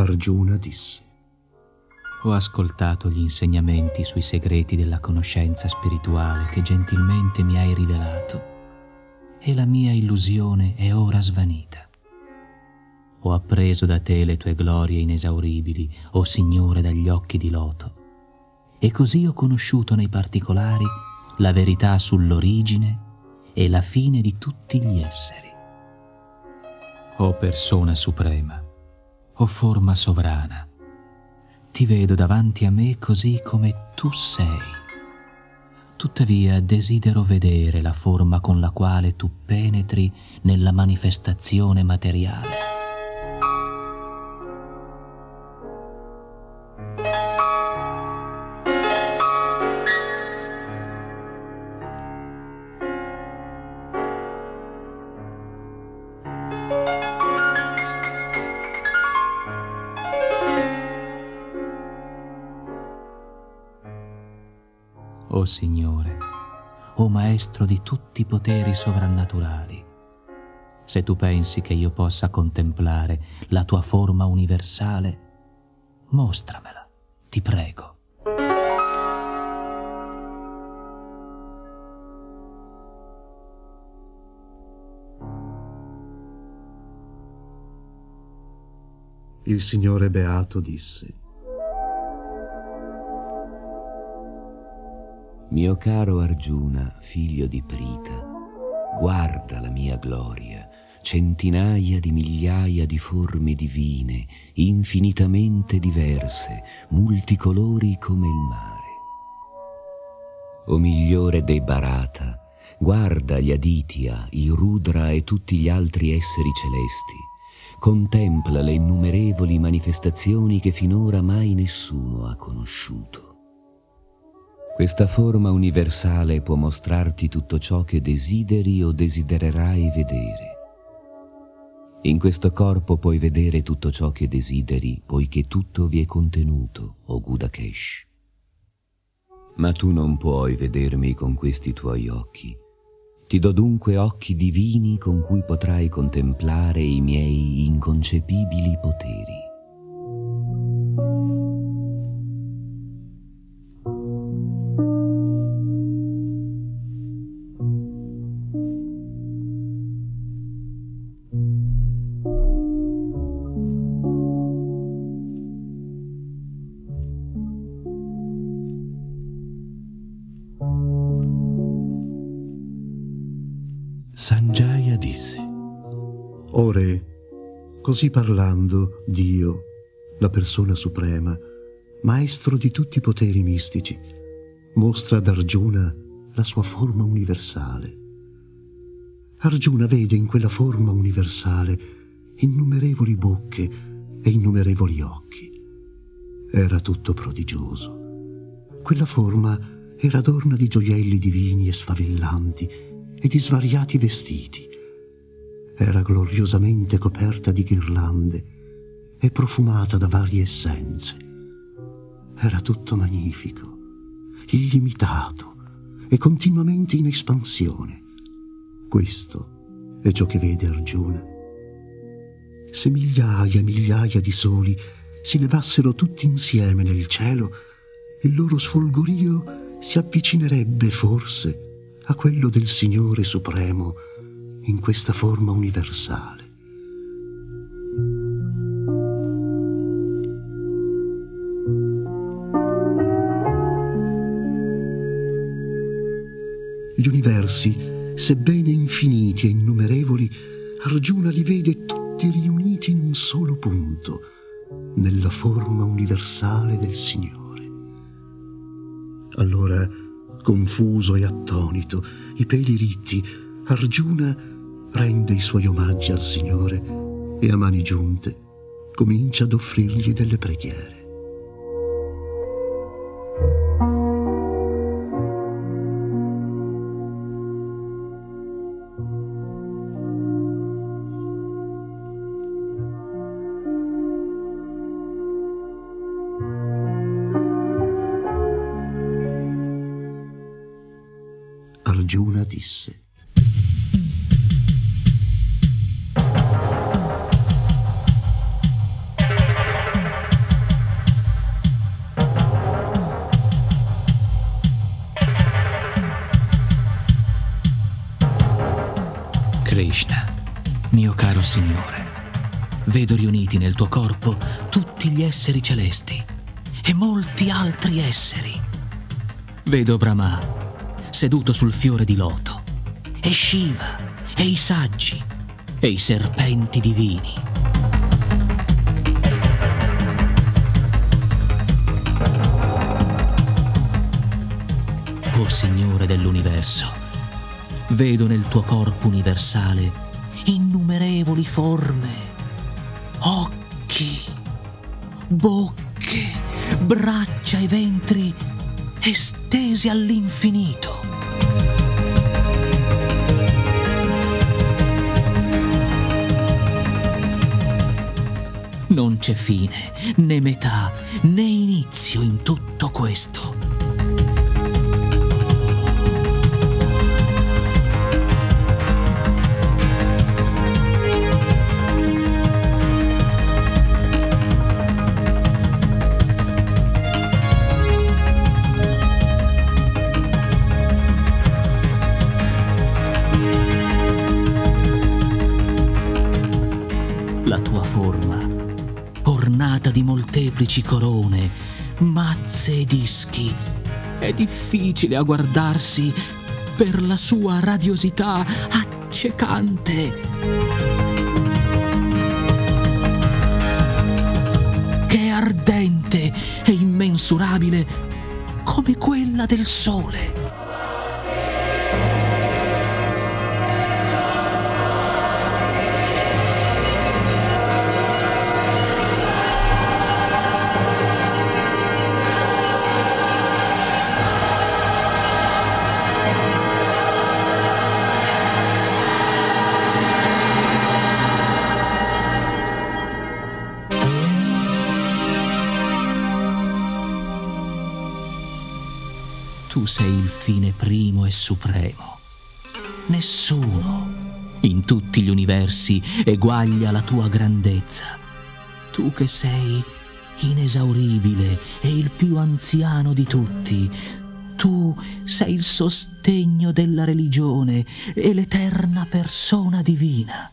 G: Arjuna disse:
H: Ho ascoltato gli insegnamenti sui segreti della conoscenza spirituale che gentilmente mi hai rivelato, e la mia illusione è ora svanita. Ho appreso da te le tue glorie inesauribili, o Signore dagli occhi di loto, e così ho conosciuto nei particolari la verità sull'origine e la fine di tutti gli esseri. O persona suprema, o forma sovrana, ti vedo davanti a me così come tu sei. Tuttavia desidero vedere la forma con la quale tu penetri nella manifestazione materiale. O Signore, o Maestro di tutti i poteri sovrannaturali, se tu pensi che io possa contemplare la tua forma universale, mostramela, ti prego.
G: Il Signore Beato disse:
E: Mio caro Arjuna, figlio di Prita, guarda la mia gloria, centinaia di migliaia di forme divine, infinitamente diverse, multicolori come il mare. O migliore dei Bharata, guarda gli Aditya, i Rudra e tutti gli altri esseri celesti. Contempla le innumerevoli manifestazioni che finora mai nessuno ha conosciuto. Questa forma universale può mostrarti tutto ciò che desideri o desidererai vedere. In questo corpo puoi vedere tutto ciò che desideri, poiché tutto vi è contenuto, o Gudakesh. Ma tu non puoi vedermi con questi tuoi occhi. Ti do dunque occhi divini con cui potrai contemplare i miei inconcepibili poteri.
H: Sanjaya disse:
G: O Re, così parlando, Dio, la persona suprema, maestro di tutti i poteri mistici, mostra ad Arjuna la sua forma universale. Arjuna vede in quella forma universale innumerevoli bocche e innumerevoli occhi. Era tutto prodigioso. Quella forma era adorna di gioielli divini e sfavillanti e di svariati vestiti. Era gloriosamente coperta di ghirlande e profumata da varie essenze. Era tutto magnifico, illimitato e continuamente in espansione. Questo è ciò che vede Arjuna. Se migliaia e migliaia di soli si levassero tutti insieme nel cielo, il loro sfolgorio si avvicinerebbe forse a quello del Signore Supremo in questa forma universale. Gli universi, sebbene infiniti e innumerevoli, Arjuna li vede tutti riuniti in un solo punto, nella forma universale del Signore. Allora, confuso e attonito, i peli ritti, Arjuna rende i suoi omaggi al Signore e a mani giunte comincia ad offrirgli delle preghiere. Arjuna disse:
H: Krishna, mio caro Signore, vedo riuniti nel tuo corpo tutti gli esseri celesti e molti altri esseri. Vedo Brahma seduto sul fiore di loto, e Shiva, e i saggi, e i serpenti divini. O Signore dell'universo, vedo nel tuo corpo universale innumerevoli forme, occhi, bocche, braccia e ventri estesi all'infinito. Non c'è fine, né metà, né inizio in tutto questo. La tua forma, ornata di molteplici corone, mazze e dischi, è difficile a guardarsi per la sua radiosità accecante, che è ardente e immensurabile come quella del sole. Tu sei il fine primo e supremo. Nessuno in tutti gli universi eguaglia la tua grandezza. Tu che sei inesauribile e il più anziano di tutti. Tu sei il sostegno della religione e l'eterna persona divina.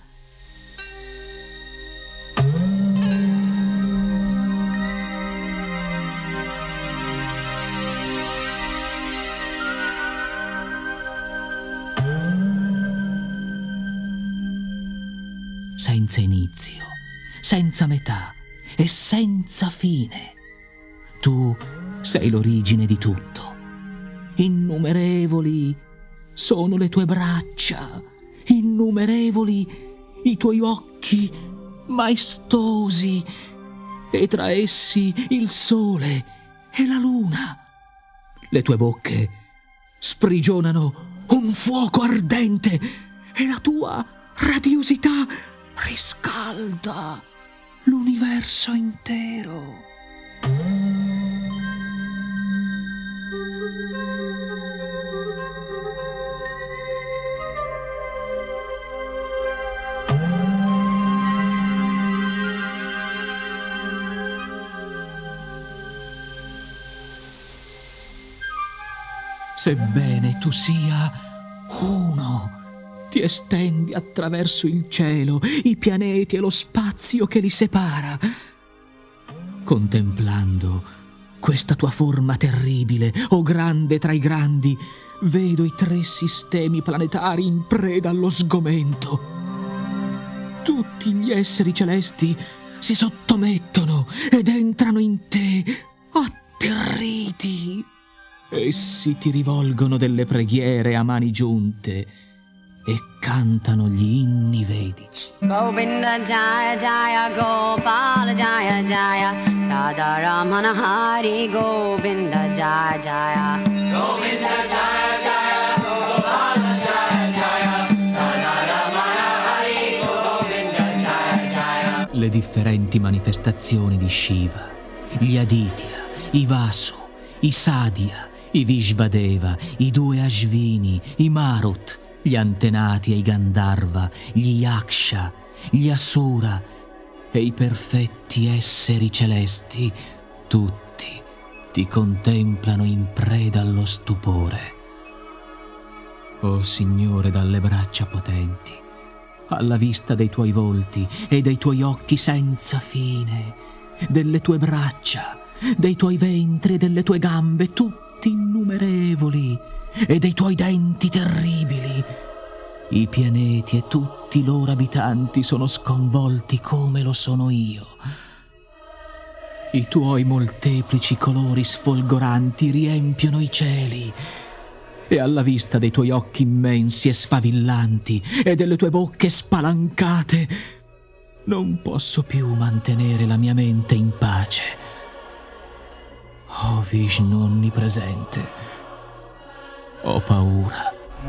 H: Senza inizio, senza metà e senza fine. Tu sei l'origine di tutto. Innumerevoli sono le tue braccia, innumerevoli i tuoi occhi maestosi, e tra essi il sole e la luna. Le tue bocche sprigionano un fuoco ardente e la tua radiosità riscalda l'universo intero. Sebbene tu sia uno, ti estendi attraverso il cielo, i pianeti e lo spazio che li separa. Contemplando questa tua forma terribile, o grande tra i grandi, vedo i 3 sistemi planetari in preda allo sgomento. Tutti gli esseri celesti si sottomettono ed entrano in te, atterriti. Essi ti rivolgono delle preghiere a mani giunte e cantano gli inni vedici.
I: Govinda Jaya Jaya Gopala Jaya Jaya Radha Ramana Hari Govinda Jaya Jaya Govinda Jaya Jaya Gopala Jaya Jaya Radha Ramana Hari Govinda Jaya Jaya.
H: Le differenti manifestazioni di Shiva, gli Aditya, i Vasu, i Sadhya, i Vishvadeva, i 2 Ashvini, i Marut, gli antenati ai Gandharva, gli Yaksha, gli Asura e i perfetti esseri celesti, tutti ti contemplano in preda allo stupore. O Signore dalle braccia potenti, alla vista dei tuoi volti e dei tuoi occhi senza fine, delle tue braccia, dei tuoi ventri e delle tue gambe tutti innumerevoli e dei tuoi denti terribili. I pianeti e tutti i loro abitanti sono sconvolti come lo sono io. I tuoi molteplici colori sfolgoranti riempiono i cieli e alla vista dei tuoi occhi immensi e sfavillanti e delle tue bocche spalancate non posso più mantenere la mia mente in pace. Oh Vishnu onnipresente, ho paura.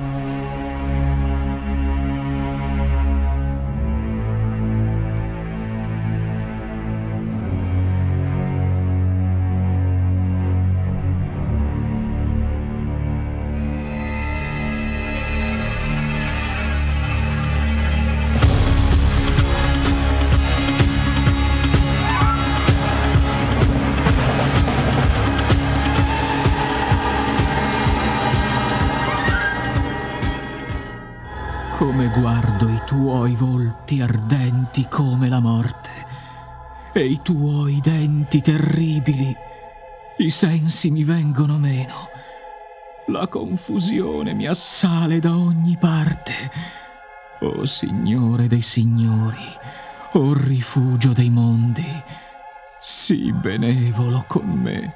H: Come guardo i tuoi volti ardenti come la morte e i tuoi denti terribili, i sensi mi vengono meno, la confusione mi assale da ogni parte. O Signore dei signori, o rifugio dei mondi, sii benevolo con me.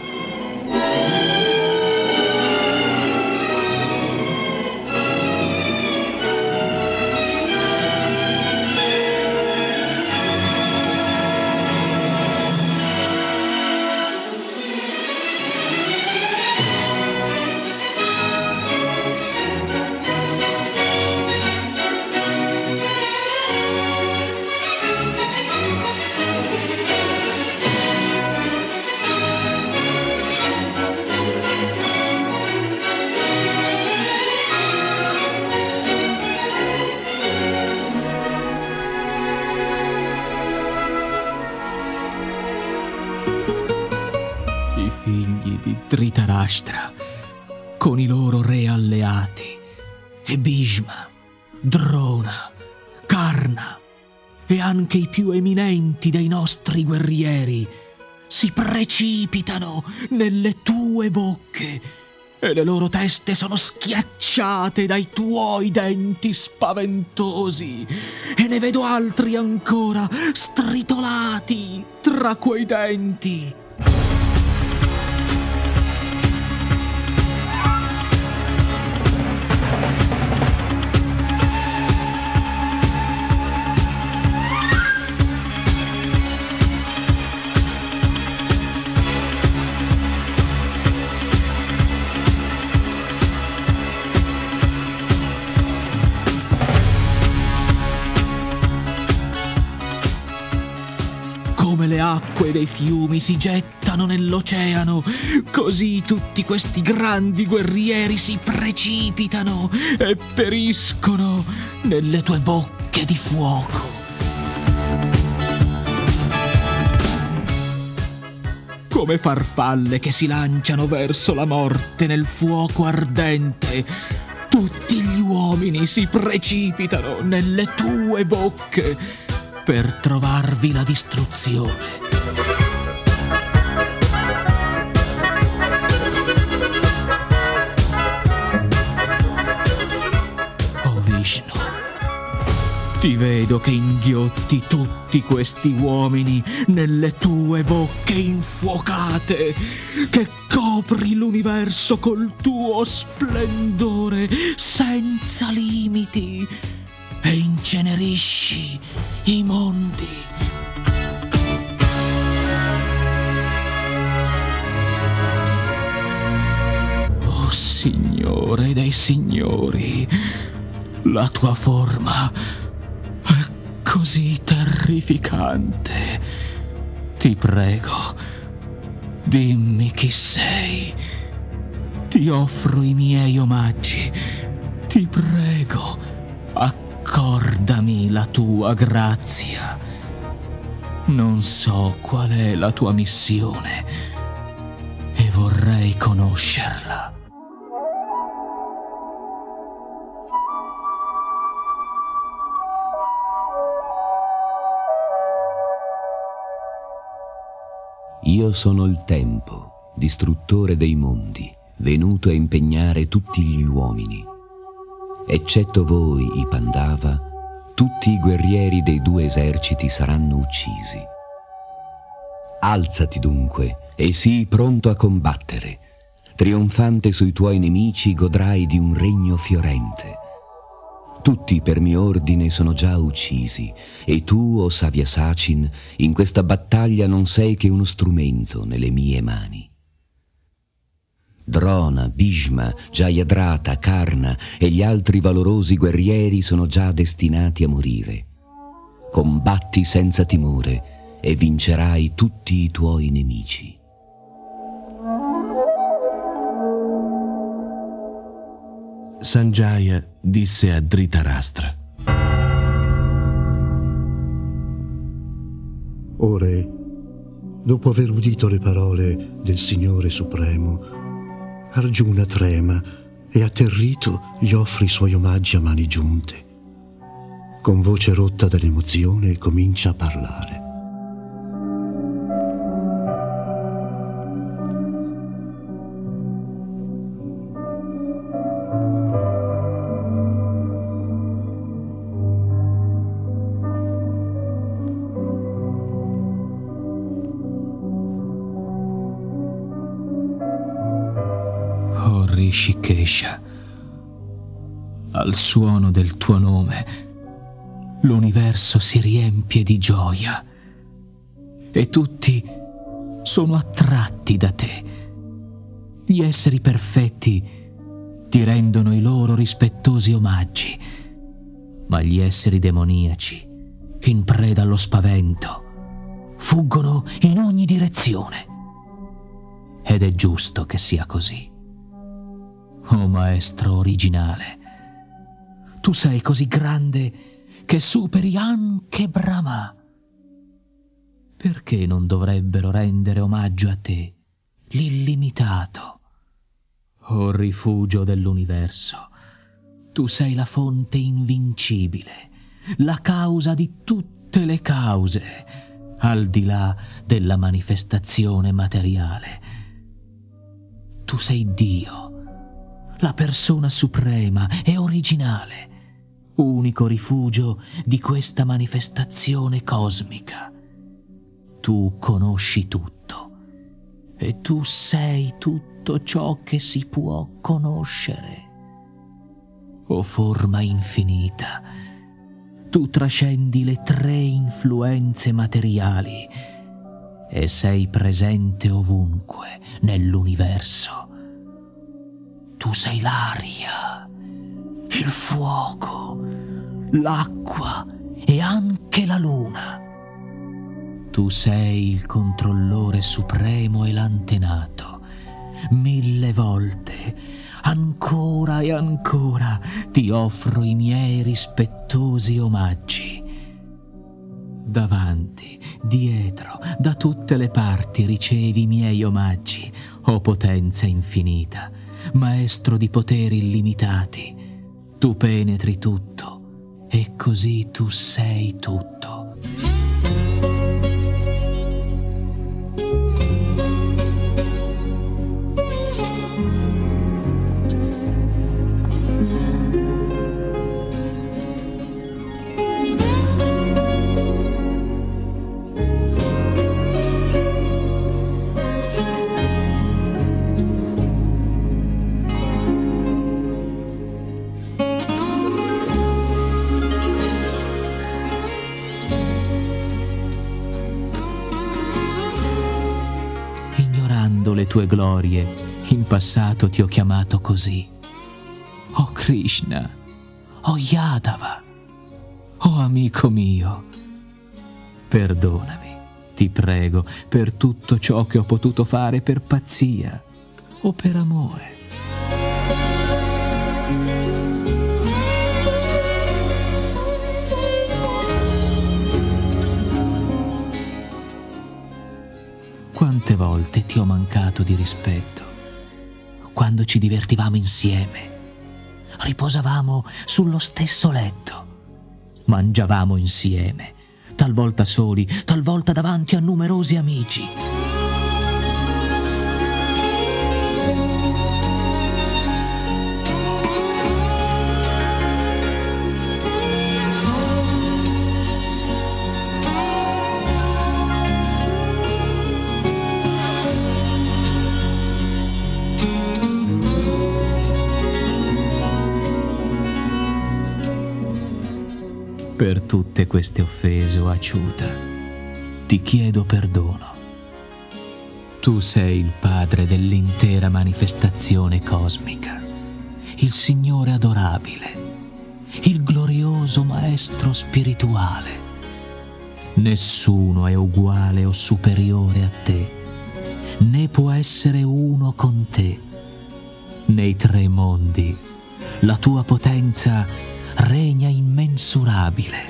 H: Figli di Dhritarashtra, con i loro re alleati, e Bhishma, Drona, Karna e anche i più eminenti dei nostri guerrieri si precipitano nelle tue bocche e le loro teste sono schiacciate dai tuoi denti spaventosi e ne vedo altri ancora stritolati tra quei denti. Come le acque dei fiumi si gettano nell'oceano, così tutti questi grandi guerrieri si precipitano e periscono nelle tue bocche di fuoco. Come farfalle che si lanciano verso la morte nel fuoco ardente, tutti gli uomini si precipitano nelle tue bocche per trovarvi la distruzione. Oh Vishnu, ti vedo che inghiotti tutti questi uomini nelle tue bocche infuocate, che copri l'universo col tuo splendore senza limiti e incenerisci i mondi. Oh Signore dei signori, la tua forma è così terrificante. Ti prego, dimmi chi sei. Ti offro i miei omaggi. Ti prego, accordami la tua grazia. Non so qual è la tua missione e vorrei conoscerla.
E: Io sono il tempo, distruttore dei mondi, venuto a impegnare tutti gli uomini. Eccetto voi, i Pandava, tutti i guerrieri dei 2 eserciti saranno uccisi. Alzati dunque e sii pronto a combattere. Trionfante sui tuoi nemici godrai di un regno fiorente. Tutti per mio ordine sono già uccisi, e tu, o Savia Sacin, in questa battaglia non sei che uno strumento nelle mie mani. Drona, Bhishma, Jayadratha, Karna e gli altri valorosi guerrieri sono già destinati a morire. Combatti senza timore e vincerai tutti i tuoi nemici.
J: Sanjaya disse a Dhritarashtra:
G: O re, dopo aver udito le parole del Signore Supremo, Arjuna trema e atterrito gli offre i suoi omaggi a mani giunte. Con voce rotta dall'emozione comincia a parlare.
H: Rishikesha, al suono del tuo nome l'universo si riempie di gioia e tutti sono attratti da te. Gli esseri perfetti ti rendono i loro rispettosi omaggi, ma gli esseri demoniaci, in preda allo spavento, fuggono in ogni direzione. Ed è giusto che sia così. Oh maestro originale, tu sei così grande che superi anche Brahma. Perché non dovrebbero rendere omaggio a te, l'illimitato? Oh rifugio dell'universo, tu sei la fonte invincibile, la causa di tutte le cause, al di là della manifestazione materiale. Tu sei Dio, la persona suprema e originale, unico rifugio di questa manifestazione cosmica. Tu conosci tutto e tu sei tutto ciò che si può conoscere. O forma infinita, tu trascendi le 3 influenze materiali e sei presente ovunque nell'universo. Tu sei l'aria, il fuoco, l'acqua e anche la luna. Tu sei il controllore supremo e l'antenato. 1000 volte, ancora e ancora, ti offro i miei rispettosi omaggi. Davanti, dietro, da tutte le parti ricevi i miei omaggi, o potenza infinita, maestro di poteri illimitati. Tu penetri tutto e così tu sei tutto. Le tue glorie, in passato ti ho chiamato così. Oh Krishna, oh Yadava, oh amico mio, perdonami, ti prego, per tutto ciò che ho potuto fare per pazzia o per amore. Quante volte ti ho mancato di rispetto, quando ci divertivamo insieme, riposavamo sullo stesso letto, mangiavamo insieme, talvolta soli, talvolta davanti a numerosi amici. Per tutte queste offese, o Acciuta, ti chiedo perdono. Tu sei il padre dell'intera manifestazione cosmica, il Signore adorabile, il glorioso Maestro spirituale. Nessuno è uguale o superiore a te, né può essere uno con te. Nei tre mondi la tua potenza regna immensurabile.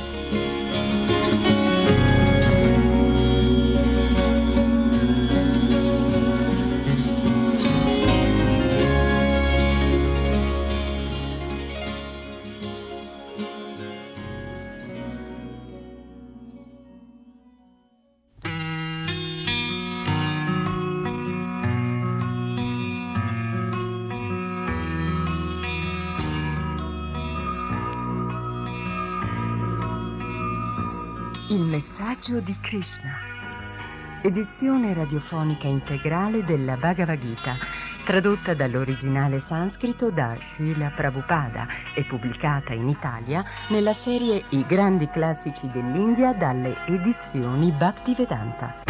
A: Il messaggio di Krishna. Edizione radiofonica integrale della Bhagavad Gita, tradotta dall'originale sanscrito da Srila Prabhupada e pubblicata in Italia nella serie I grandi classici dell'India dalle edizioni Bhaktivedanta.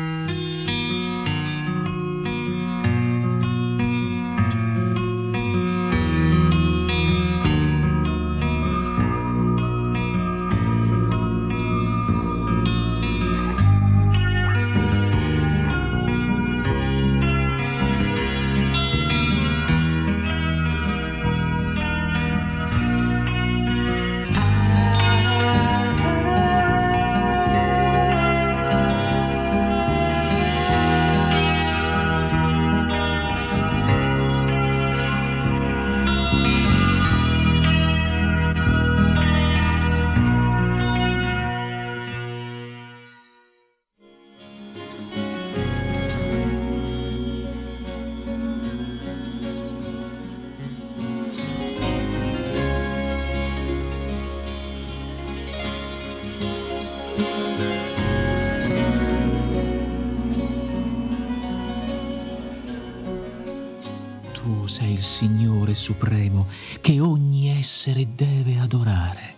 H: Tu sei il Signore Supremo che ogni essere deve adorare.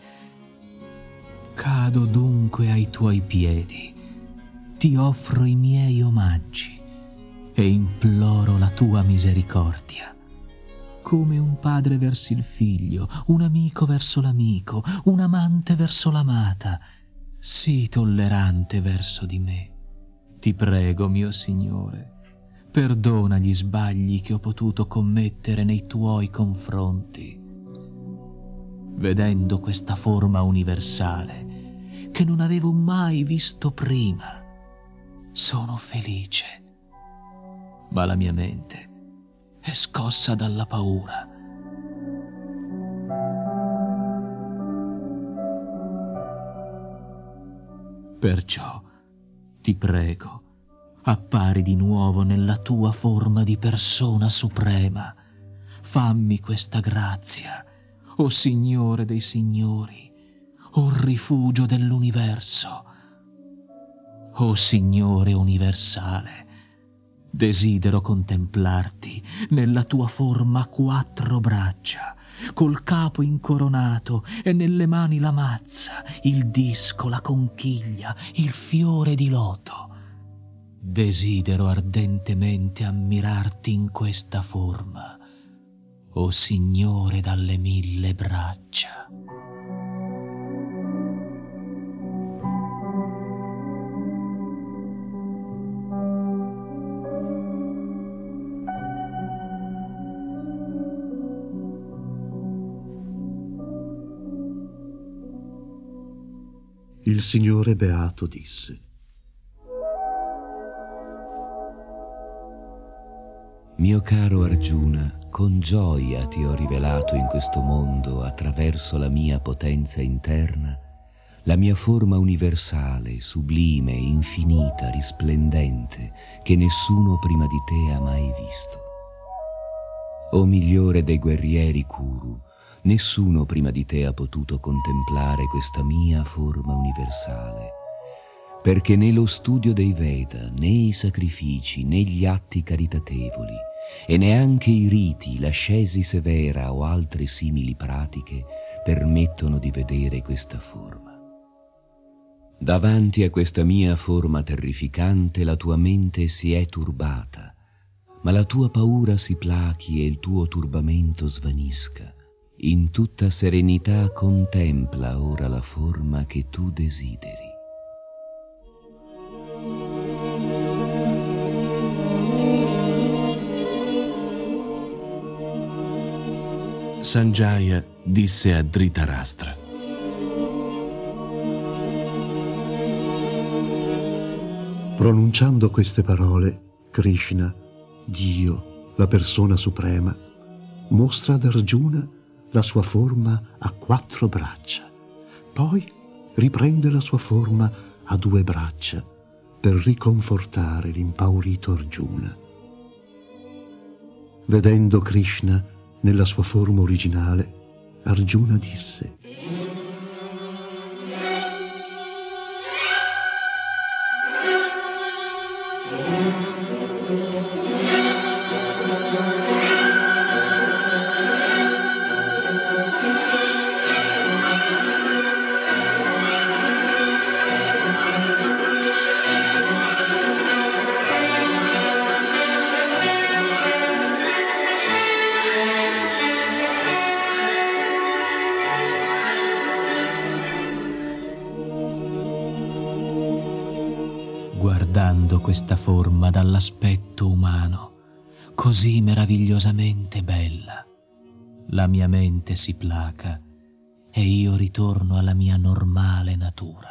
H: Cado dunque ai tuoi piedi, ti offro i miei omaggi e imploro la tua misericordia. Come un padre verso il figlio, un amico verso l'amico, un amante verso l'amata, sii tollerante verso di me. Ti prego, mio Signore, perdona gli sbagli che ho potuto commettere nei tuoi confronti. Vedendo questa forma universale che non avevo mai visto prima, sono felice, ma la mia mente è scossa dalla paura. Perciò ti prego, appari di nuovo nella tua forma di persona suprema. Fammi questa grazia, o Signore dei Signori, o rifugio dell'universo. O Signore universale, desidero contemplarti nella tua forma a 4 braccia, col capo incoronato e nelle mani la mazza, il disco, la conchiglia, il fiore di loto. Desidero ardentemente ammirarti in questa forma, o Signore dalle 1000 braccia.
G: Il Signore Beato disse:
E: Mio caro Arjuna, con gioia ti ho rivelato in questo mondo, attraverso la mia potenza interna, la mia forma universale, sublime, infinita, risplendente, che nessuno prima di te ha mai visto. O migliore dei guerrieri Kuru, nessuno prima di te ha potuto contemplare questa mia forma universale, perché né lo studio dei Veda, né i sacrifici, né gli atti caritatevoli, e neanche i riti, l'ascesi severa o altre simili pratiche permettono di vedere questa forma. Davanti a questa mia forma terrificante la tua mente si è turbata, ma la tua paura si plachi e il tuo turbamento svanisca. In tutta serenità contempla ora la forma che tu desideri.
J: Sanjaya disse a Dhritarashtra:
G: Pronunciando queste parole, Krishna, Dio, la persona suprema, mostra ad Arjuna la sua forma a 4 braccia, poi riprende la sua forma a 2 braccia per riconfortare l'impaurito Arjuna. Vedendo Krishna nella sua forma originale, Arjuna disse:
H: Guardando questa forma dall'aspetto umano, così meravigliosamente bella, la mia mente si placa e io ritorno alla mia normale natura.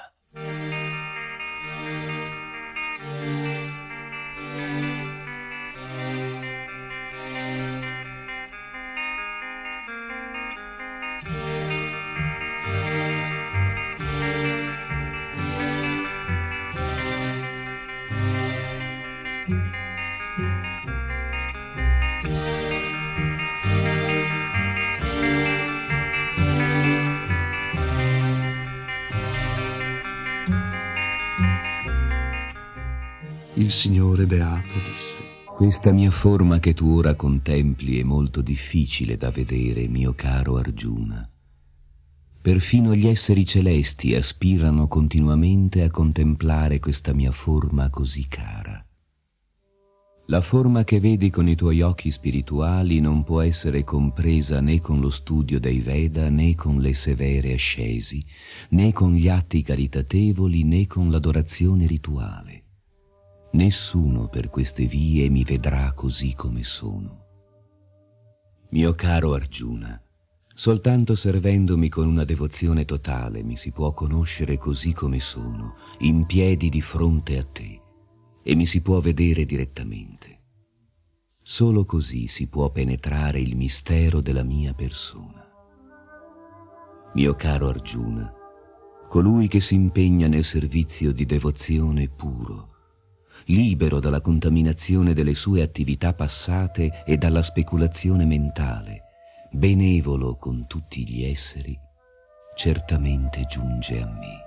G: Il Signore Beato disse:
E: Questa mia forma che tu ora contempli è molto difficile da vedere, mio caro Arjuna. Perfino gli esseri celesti aspirano continuamente a contemplare questa mia forma così cara. La forma che vedi con i tuoi occhi spirituali non può essere compresa né con lo studio dei Veda, né con le severe ascesi, né con gli atti caritatevoli, né con l'adorazione rituale. Nessuno per queste vie mi vedrà così come sono. Mio caro Arjuna, soltanto servendomi con una devozione totale mi si può conoscere così come sono, in piedi di fronte a te, e mi si può vedere direttamente. Solo così si può penetrare il mistero della mia persona. Mio caro Arjuna, colui che si impegna nel servizio di devozione puro, libero dalla contaminazione delle sue attività passate e dalla speculazione mentale, benevolo con tutti gli esseri, certamente giunge a me.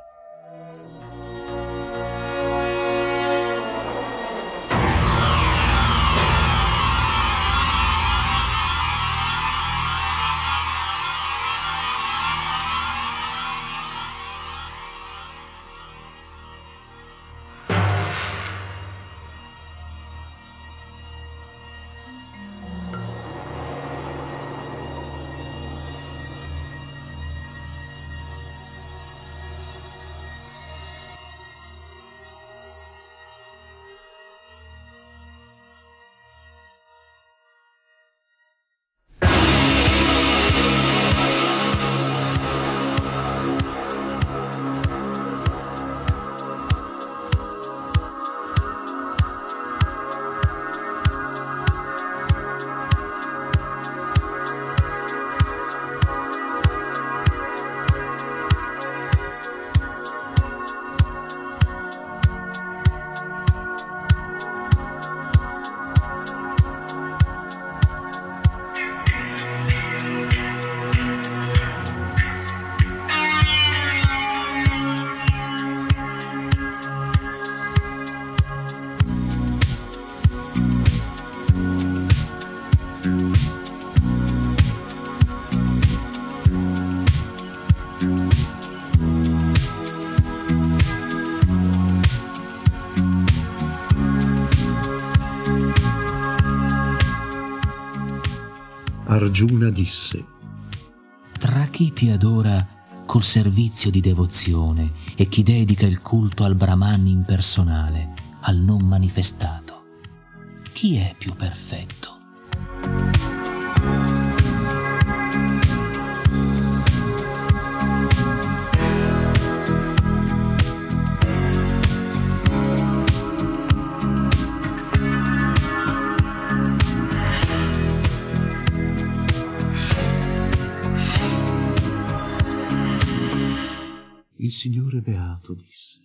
G: Arjuna disse:
H: tra chi ti adora col servizio di devozione e chi dedica il culto al Brahman impersonale, al non manifestato, chi è più perfetto?
G: Il Signore Beato disse: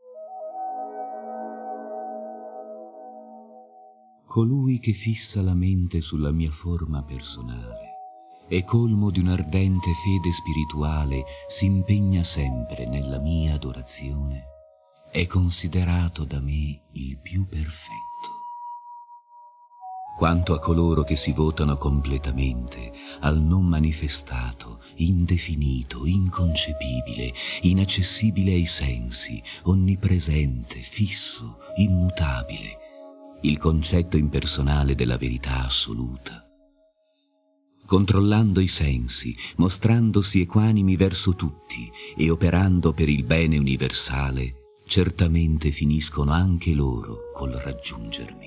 E: colui che fissa la mente sulla mia forma personale e colmo di un'ardente fede spirituale si impegna sempre nella mia adorazione, è considerato da me il più perfetto. Quanto a coloro che si votano completamente al non manifestato, indefinito, inconcepibile, inaccessibile ai sensi, onnipresente, fisso, immutabile, il concetto impersonale della verità assoluta, controllando i sensi, mostrandosi equanimi verso tutti e operando per il bene universale, certamente finiscono anche loro col raggiungermi.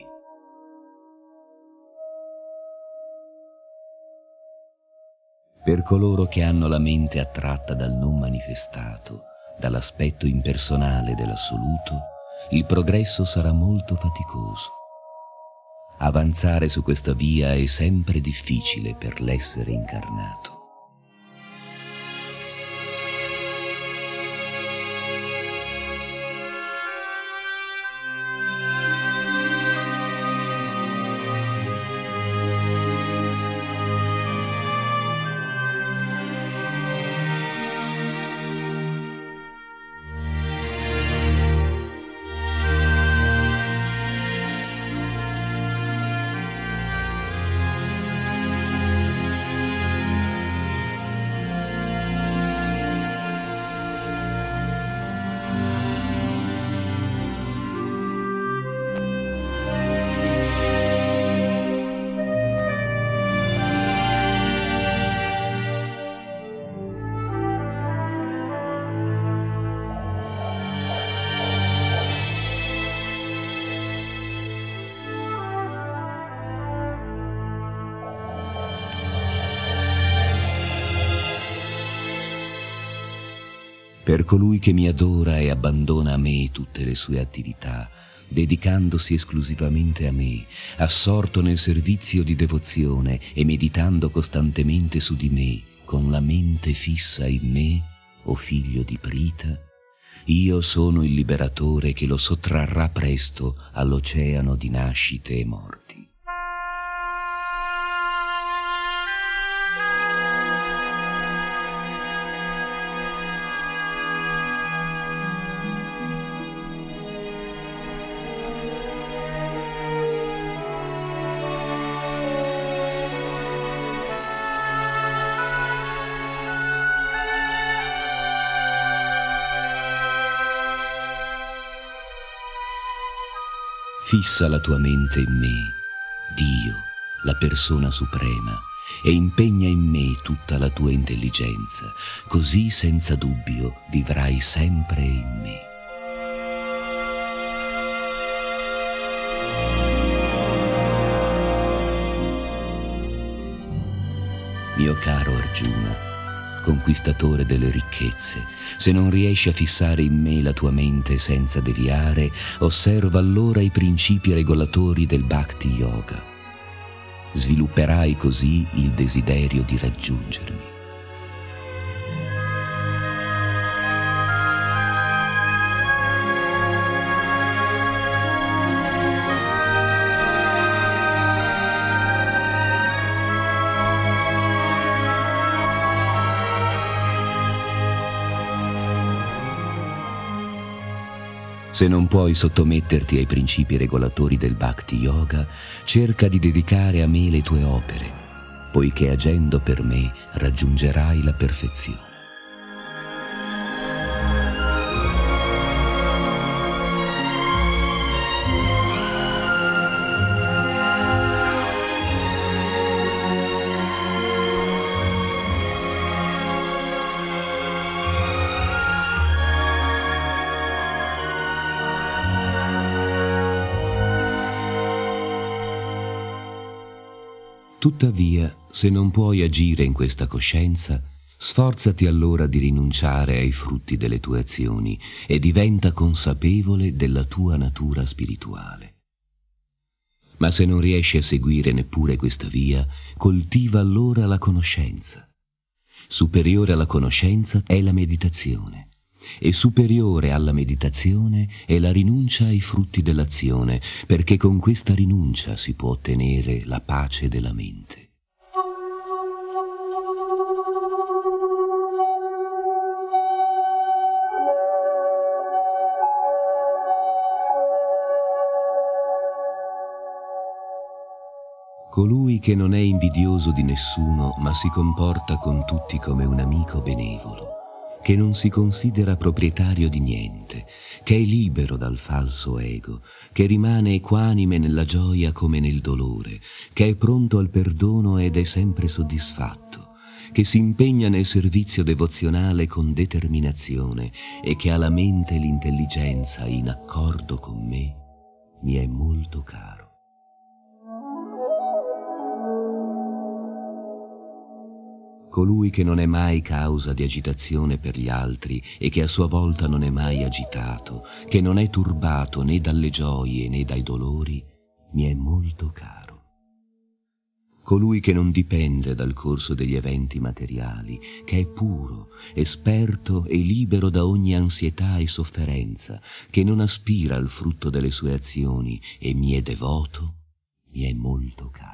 E: Per coloro che hanno la mente attratta dal non manifestato, dall'aspetto impersonale dell'assoluto, il progresso sarà molto faticoso. Avanzare su questa via è sempre difficile per l'essere incarnato. Per colui che mi adora e abbandona a me tutte le sue attività, dedicandosi esclusivamente a me, assorto nel servizio di devozione e meditando costantemente su di me, con la mente fissa in me, o figlio di Prita, io sono il liberatore che lo sottrarrà presto all'oceano di nascite e morti. Fissa la tua mente in me, Dio, la persona suprema, e impegna in me tutta la tua intelligenza, così senza dubbio vivrai sempre in me. Mio caro Arjuna, conquistatore delle ricchezze, se non riesci a fissare in me la tua mente senza deviare, osserva allora i principi regolatori del Bhakti Yoga. Svilupperai così il desiderio di raggiungermi. Se non puoi sottometterti ai principi regolatori del Bhakti Yoga, cerca di dedicare a me le tue opere, poiché agendo per me raggiungerai la perfezione. Tuttavia, se non puoi agire in questa coscienza, sforzati allora di rinunciare ai frutti delle tue azioni e diventa consapevole della tua natura spirituale. Ma se non riesci a seguire neppure questa via, coltiva allora la conoscenza. Superiore alla conoscenza è la meditazione, e superiore alla meditazione è la rinuncia ai frutti dell'azione, perché con questa rinuncia si può ottenere la pace della mente. Colui che non è invidioso di nessuno, ma si comporta con tutti come un amico benevolo, che non si considera proprietario di niente, che è libero dal falso ego, che rimane equanime nella gioia come nel dolore, che è pronto al perdono ed è sempre soddisfatto, che si impegna nel servizio devozionale con determinazione e che ha la mente e l'intelligenza in accordo con me, mi è molto caro. Colui che non è mai causa di agitazione per gli altri e che a sua volta non è mai agitato, che non è turbato né dalle gioie né dai dolori, mi è molto caro. Colui che non dipende dal corso degli eventi materiali, che è puro, esperto e libero da ogni ansietà e sofferenza, che non aspira al frutto delle sue azioni e mi è devoto, mi è molto caro.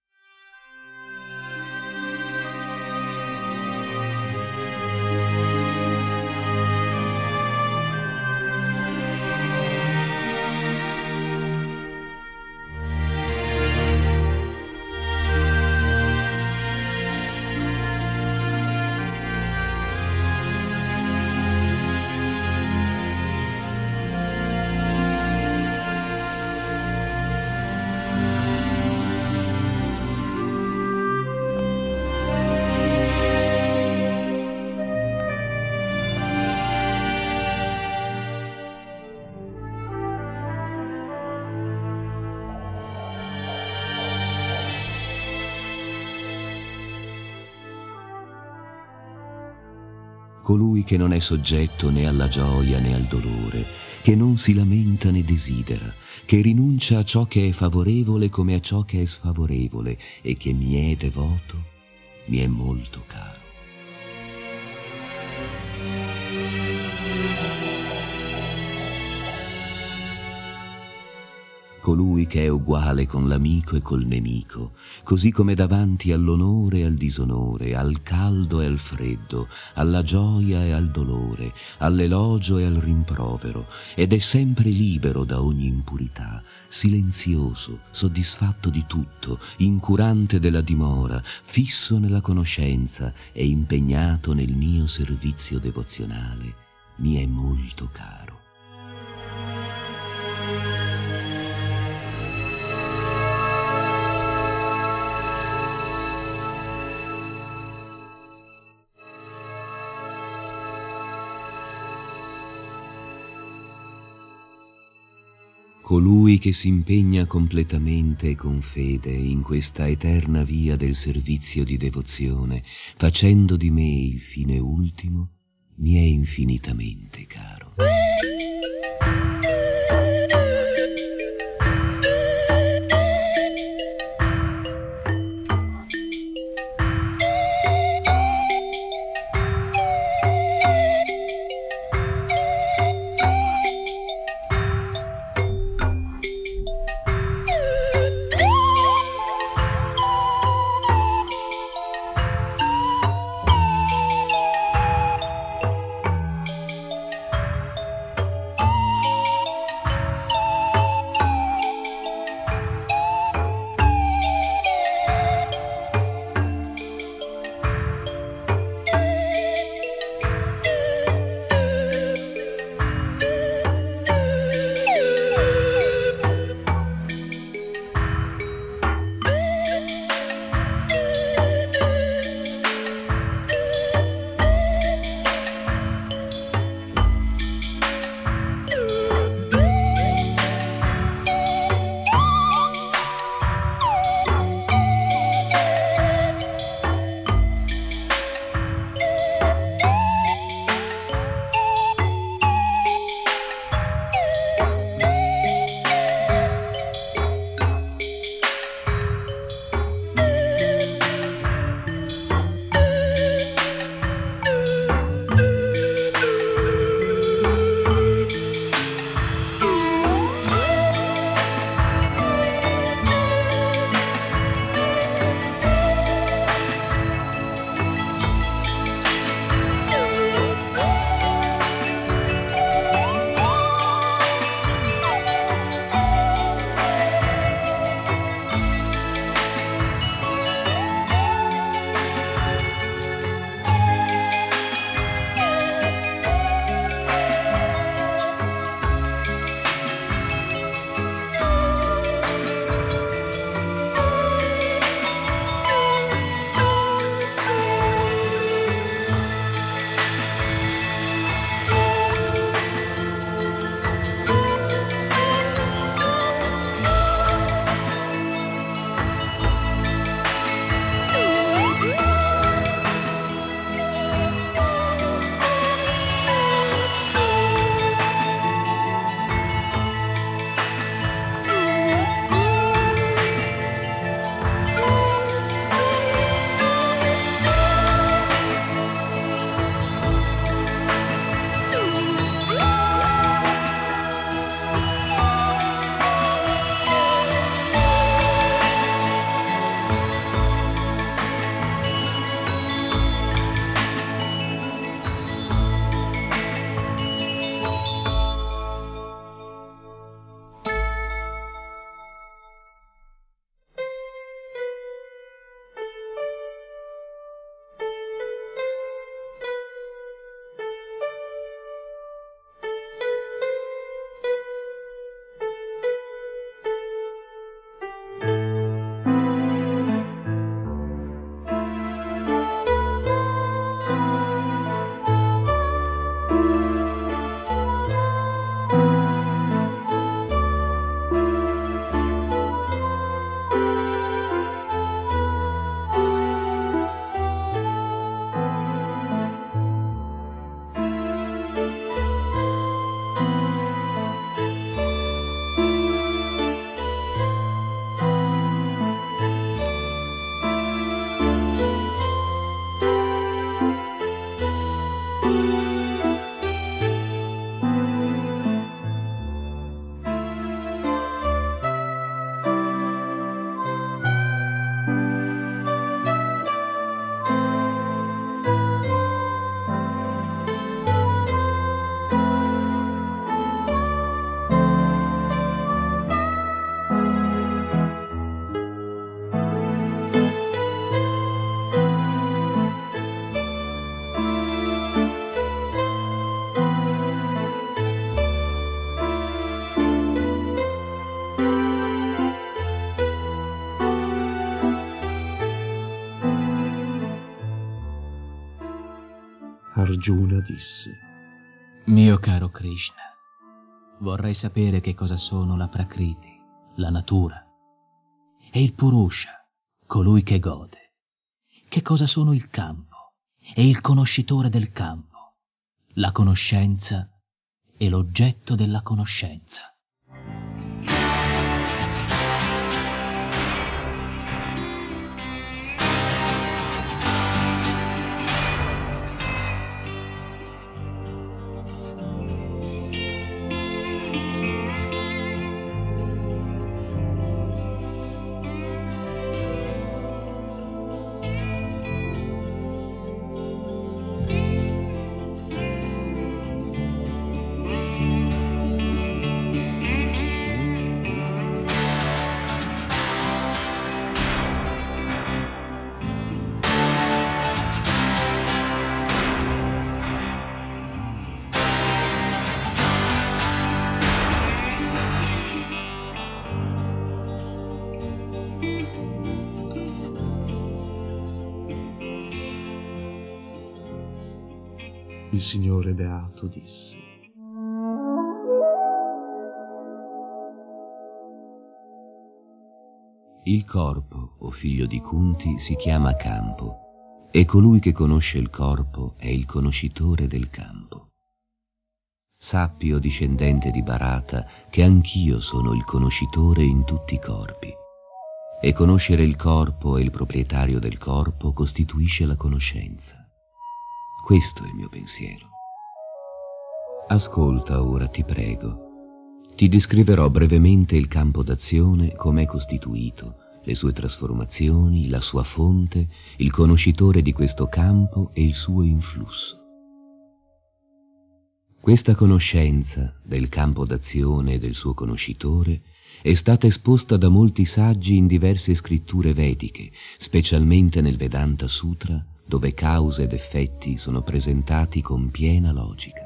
E: Colui che non è soggetto né alla gioia né al dolore, che non si lamenta né desidera, che rinuncia a ciò che è favorevole come a ciò che è sfavorevole e che mi è devoto, mi è molto caro. Colui che è uguale con l'amico e col nemico, così come davanti all'onore e al disonore, al caldo e al freddo, alla gioia e al dolore, all'elogio e al rimprovero, ed è sempre libero da ogni impurità, silenzioso, soddisfatto di tutto, incurante della dimora, fisso nella conoscenza e impegnato nel mio servizio devozionale, mi è molto caro. Colui che si impegna completamente e con fede in questa eterna via del servizio di devozione, facendo di me il fine ultimo, mi è infinitamente caro.
G: Arjuna disse:
H: Mio caro Krishna, vorrei sapere che cosa sono la Prakriti, la natura, e il Purusha, colui che gode. Che cosa sono il campo e il conoscitore del campo, la conoscenza e l'oggetto della conoscenza.
G: Il Signore Beato disse:
E: Il corpo, o figlio di Kunti, si chiama campo, e colui che conosce il corpo è il conoscitore del campo. Sappi, o discendente di Bharata, che anch'io sono il conoscitore in tutti i corpi, e conoscere il corpo e il proprietario del corpo costituisce la conoscenza. Questo è il mio pensiero. Ascolta ora, ti prego. Ti descriverò brevemente il campo d'azione, come è costituito, le sue trasformazioni, la sua fonte, il conoscitore di questo campo e il suo influsso. Questa conoscenza del campo d'azione e del suo conoscitore è stata esposta da molti saggi in diverse scritture vediche, specialmente nel Vedanta Sutra, dove cause ed effetti sono presentati con piena logica.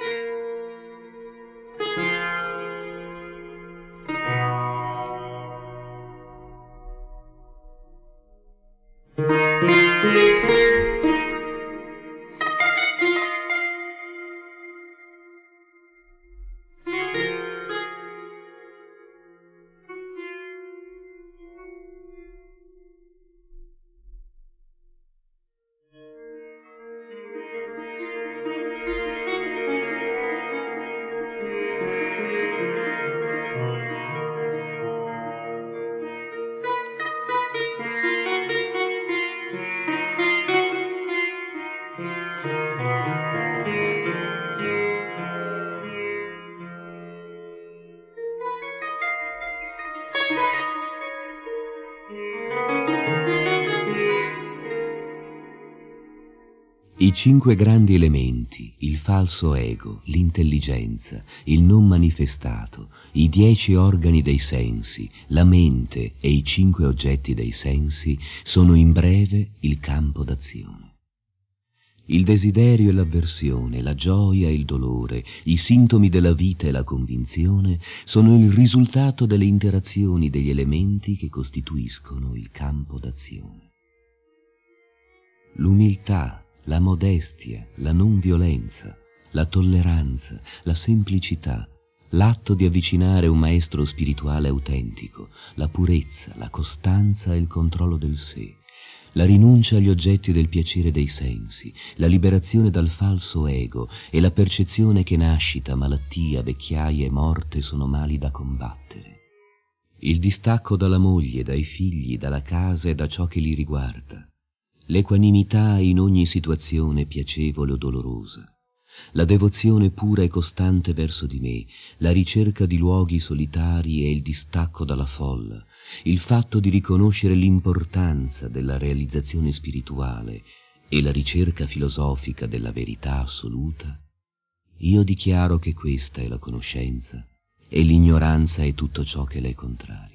E: I 5 grandi elementi, il falso ego, l'intelligenza, il non manifestato, i 10 organi dei sensi, la mente e i 5 oggetti dei sensi sono in breve il campo d'azione. Il desiderio e l'avversione, la gioia e il dolore, i sintomi della vita e la convinzione sono il risultato delle interazioni degli elementi che costituiscono il campo d'azione. L'umiltà, la modestia, la non violenza, la tolleranza, la semplicità, l'atto di avvicinare un maestro spirituale autentico, la purezza, la costanza e il controllo del sé, la rinuncia agli oggetti del piacere dei sensi, la liberazione dal falso ego e la percezione che nascita, malattia, vecchiaia e morte sono mali da combattere. Il distacco dalla moglie, dai figli, dalla casa e da ciò che li riguarda, l'equanimità in ogni situazione piacevole o dolorosa, la devozione pura e costante verso di me, la ricerca di luoghi solitari e il distacco dalla folla, il fatto di riconoscere l'importanza della realizzazione spirituale e la ricerca filosofica della verità assoluta, io dichiaro che questa è la conoscenza e l'ignoranza è tutto ciò che le è contrario.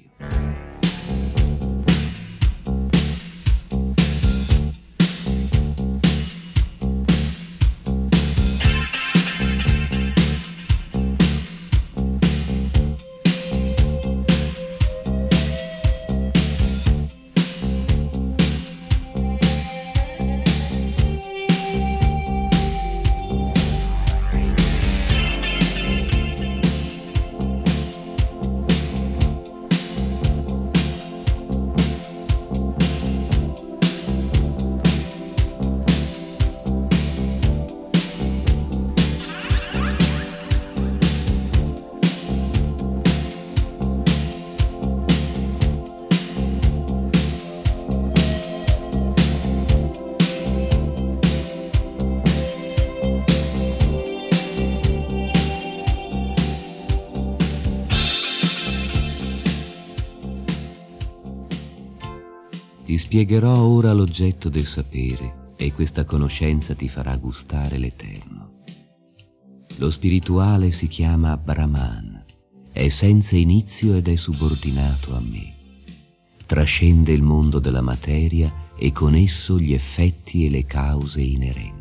E: Ti spiegherò ora l'oggetto del sapere e questa conoscenza ti farà gustare l'eterno. Lo spirituale si chiama Brahman, è senza inizio ed è subordinato a me. Trascende il mondo della materia e con esso gli effetti e le cause inerenti.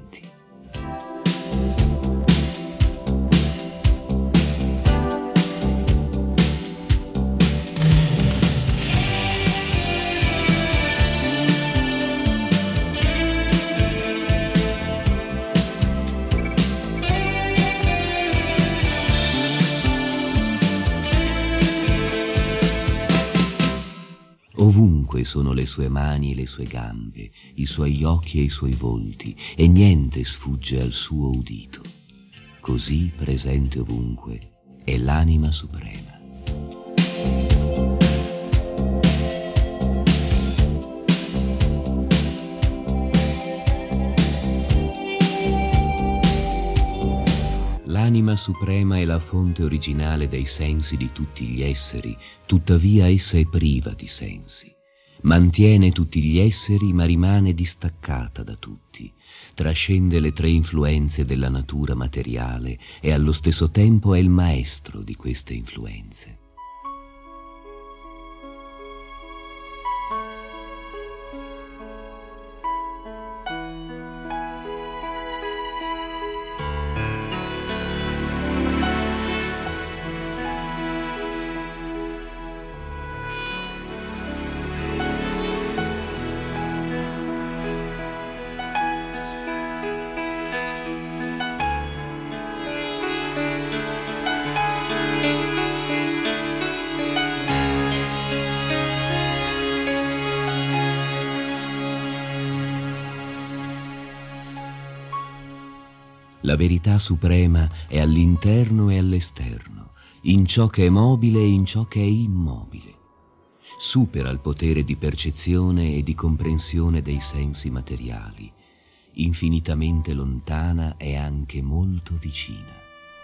E: Ovunque sono le sue mani e le sue gambe, i suoi occhi e i suoi volti, e niente sfugge al suo udito. Così presente ovunque è l'anima suprema. L'anima suprema è la fonte originale dei sensi di tutti gli esseri, tuttavia essa è priva di sensi. Mantiene tutti gli esseri ma rimane distaccata da tutti. Trascende le tre influenze della natura materiale e allo stesso tempo è il maestro di queste influenze. La verità suprema è all'interno e all'esterno, in ciò che è mobile e in ciò che è immobile. Supera il potere di percezione e di comprensione dei sensi materiali. Infinitamente lontana e anche molto vicina.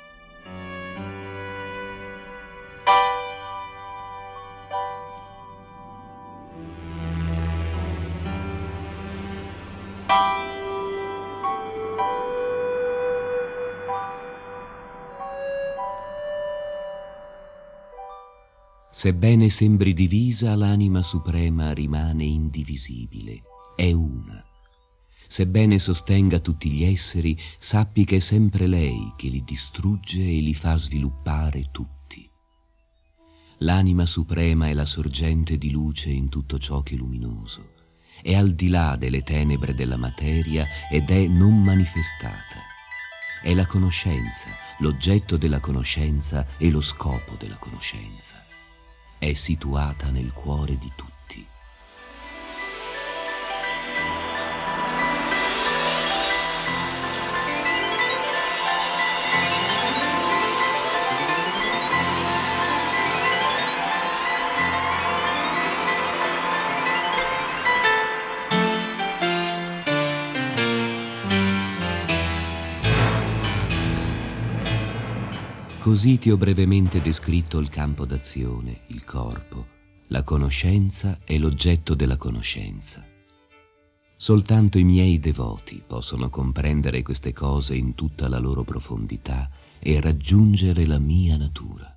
E: Sebbene sembri divisa, l'anima suprema rimane indivisibile, è una. Sebbene sostenga tutti gli esseri, sappi che è sempre lei che li distrugge e li fa sviluppare tutti. L'anima suprema è la sorgente di luce in tutto ciò che è luminoso, è al di là delle tenebre della materia ed è non manifestata. È la conoscenza, l'oggetto della conoscenza e lo scopo della conoscenza. È situata nel cuore di tutti. Così ti ho brevemente descritto il campo d'azione, il corpo, la conoscenza e l'oggetto della conoscenza. Soltanto i miei devoti possono comprendere queste cose in tutta la loro profondità e raggiungere la mia natura.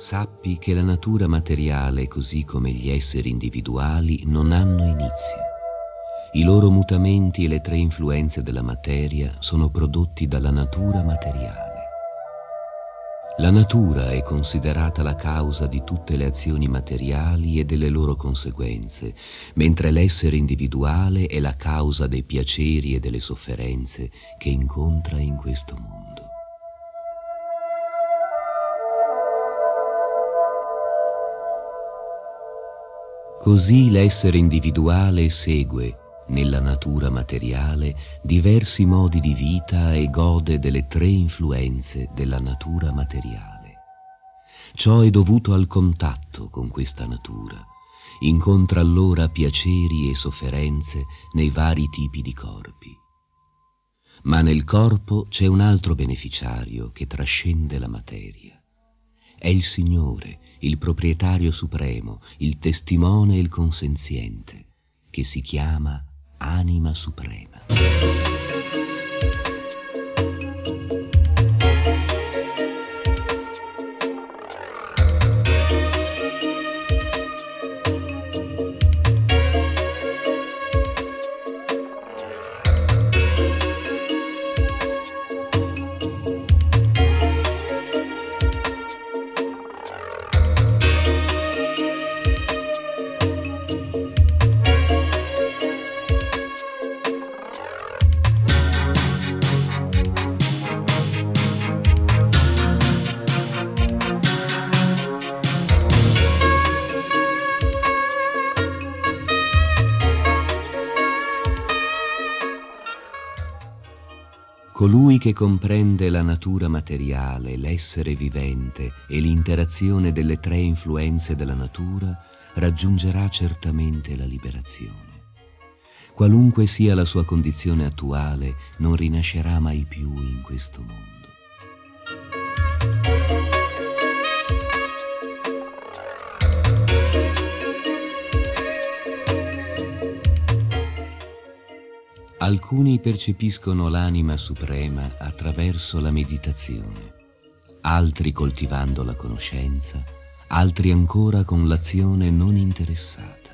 E: sappi che la natura materiale, così come gli esseri individuali, non hanno inizio. I loro mutamenti e le tre influenze della materia sono prodotti dalla natura materiale. La natura è considerata la causa di tutte le azioni materiali e delle loro conseguenze, mentre l'essere individuale è la causa dei piaceri e delle sofferenze che incontra in questo mondo. Così l'essere individuale segue, nella natura materiale, diversi modi di vita e gode delle tre influenze della natura materiale. Ciò è dovuto al contatto con questa natura. Incontra allora piaceri e sofferenze nei vari tipi di corpi. Ma nel corpo c'è un altro beneficiario che trascende la materia. È il Signore, il proprietario supremo, il testimone e il consenziente, che si chiama Anima Suprema. Colui che comprende la natura materiale, l'essere vivente e l'interazione delle tre influenze della natura raggiungerà certamente la liberazione. Qualunque sia la sua condizione attuale, non rinascerà mai più in questo mondo. Alcuni percepiscono l'anima suprema attraverso la meditazione, altri coltivando la conoscenza, altri ancora con l'azione non interessata.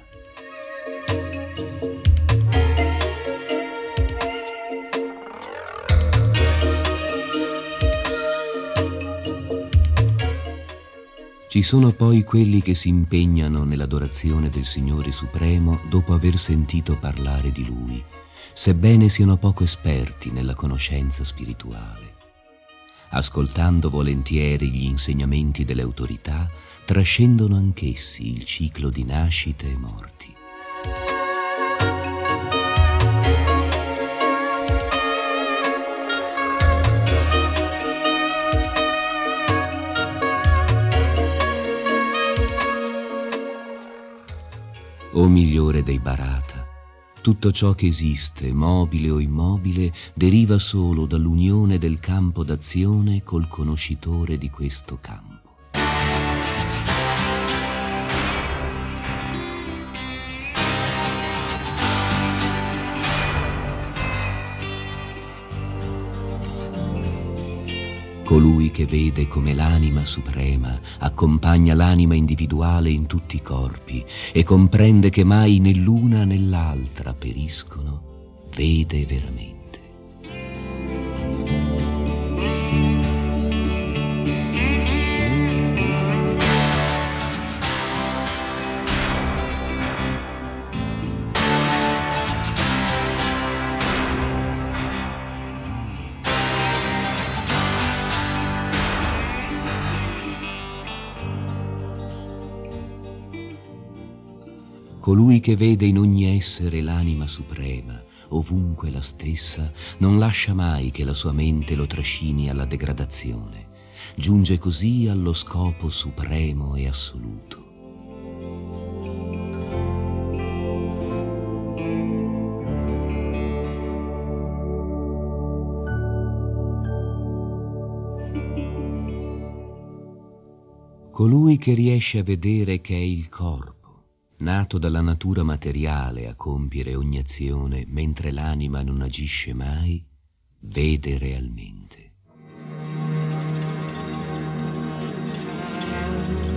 E: Ci sono poi quelli che si impegnano nell'adorazione del Signore Supremo dopo aver sentito parlare di Lui, sebbene siano poco esperti nella conoscenza spirituale. Ascoltando volentieri gli insegnamenti delle autorità, trascendono anch'essi il ciclo di nascite e morti. O migliore dei Bharata, tutto ciò che esiste, mobile o immobile, deriva solo dall'unione del campo d'azione col conoscitore di questo campo. Colui che vede come l'anima suprema accompagna l'anima individuale in tutti i corpi e comprende che mai né l'una né l'altra periscono, vede veramente. Colui che vede in ogni essere l'anima suprema, ovunque la stessa, non lascia mai che la sua mente lo trascini alla degradazione. Giunge così allo scopo supremo e assoluto. Colui che riesce a vedere che è il corpo, nato dalla natura materiale a compiere ogni azione, mentre l'anima non agisce mai, vede realmente.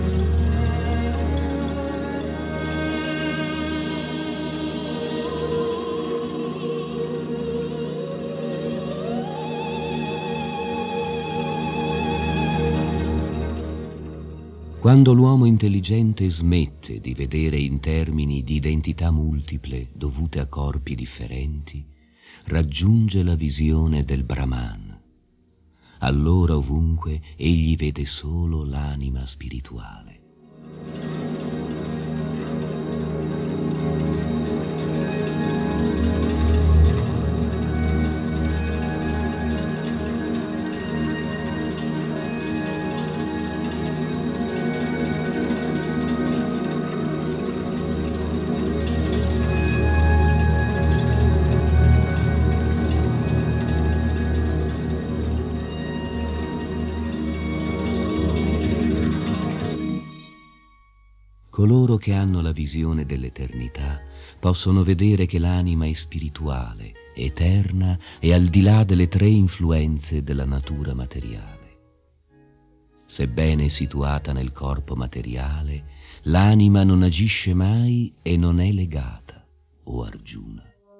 E: Quando l'uomo intelligente smette di vedere in termini di identità multiple dovute a corpi differenti, raggiunge la visione del Brahman. Allora ovunque egli vede solo l'anima spirituale. Coloro che hanno la visione dell'eternità possono vedere che l'anima è spirituale, eterna e al di là delle tre influenze della natura materiale. Sebbene situata nel corpo materiale, l'anima non agisce mai e non è legata, o Arjuna.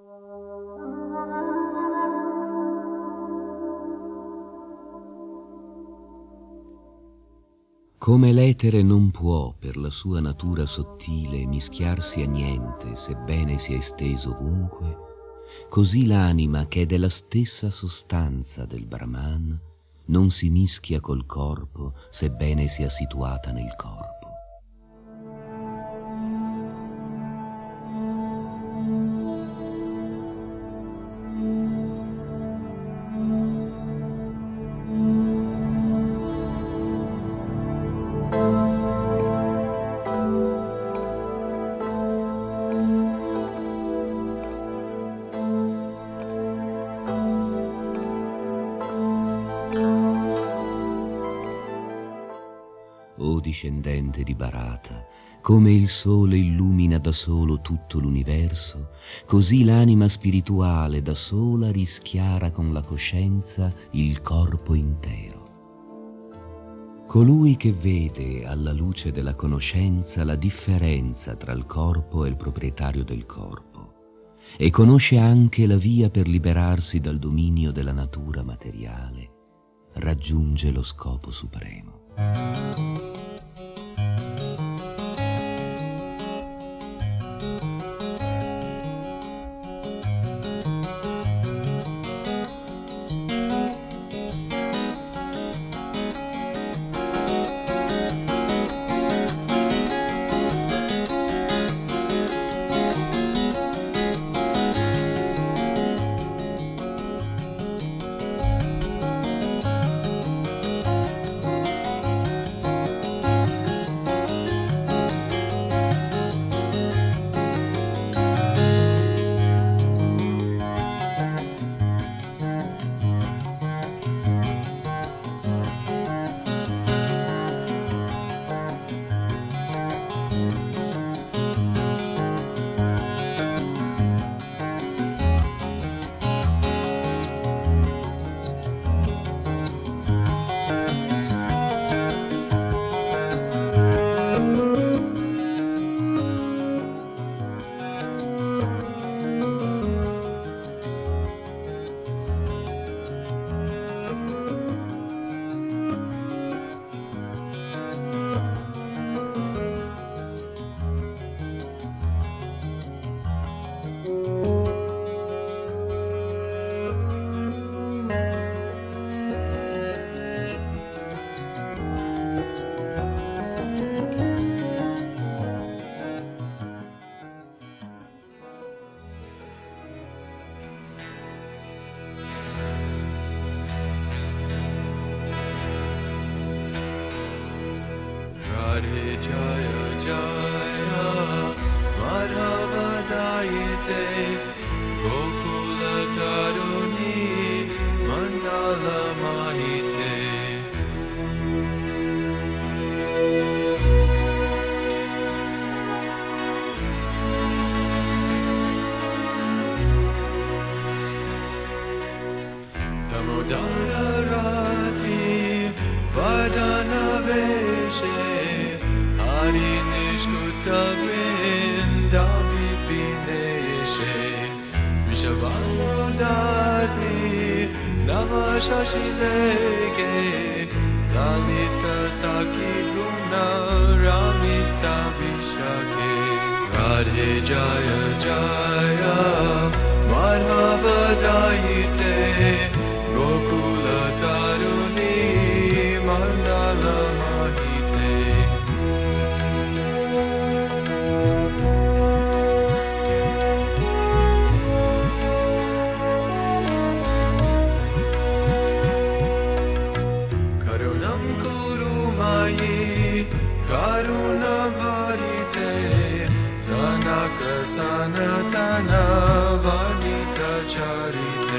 E: Come l'etere non può, per la sua natura sottile, mischiarsi a niente, sebbene sia esteso ovunque, così l'anima, che è della stessa sostanza del Brahman, non si mischia col corpo, sebbene sia situata nel corpo. O discendente di Bharata, come il sole illumina da solo tutto l'universo, così l'anima spirituale da sola rischiara con la coscienza il corpo intero. Colui che vede alla luce della conoscenza la differenza tra il corpo e il proprietario del corpo e conosce anche la via per liberarsi dal dominio della natura materiale, raggiunge lo scopo supremo.
K: Lalita Saki Guna Ramita Vishake Radhe Jaya Jaya Madhava Dayite Gokula Taruni Mandala Mahite Karunam Kuru Mayi Karuna Bharite Sanaka Sanatana Vanita Charite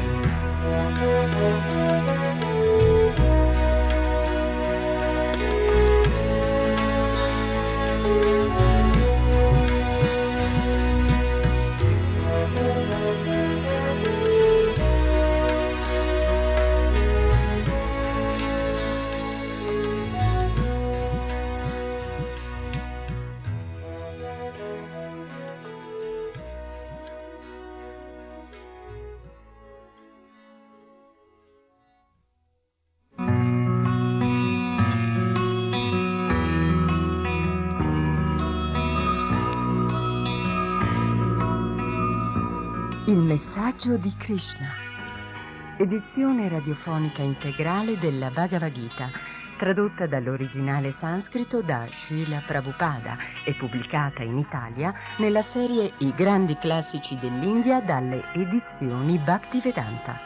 A: Il messaggio di Krishna. Edizione radiofonica integrale della Bhagavad Gita, tradotta dall'originale sanscrito da Srila Prabhupada e pubblicata in Italia nella serie I grandi classici dell'India dalle edizioni Bhaktivedanta.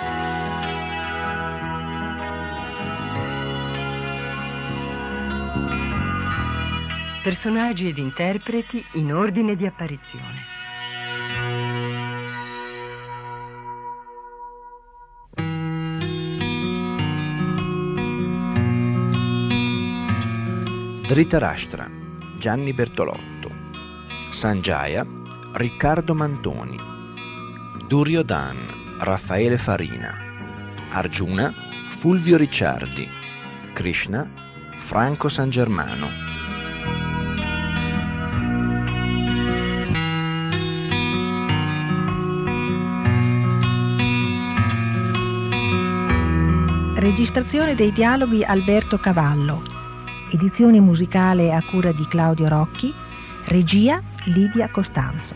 A: Personaggi ed interpreti in ordine di apparizione.
L: Dhritarashtra, Gianni Bertolotto. Sanjaya, Riccardo Mantoni. Duryodhan, Raffaele Farina. Arjuna, Fulvio Ricciardi. Krishna, Franco San Germano.
D: Registrazione dei dialoghi Alberto Cavallo. Edizione musicale a cura di Claudio Rocchi. Regia Lidia Costanzo.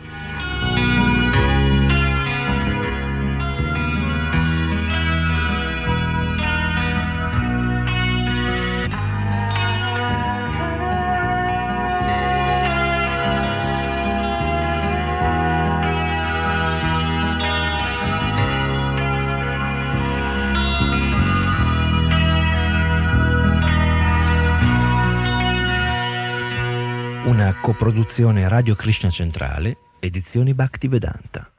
L: Una coproduzione Radio Krishna Centrale, edizioni Bhaktivedanta.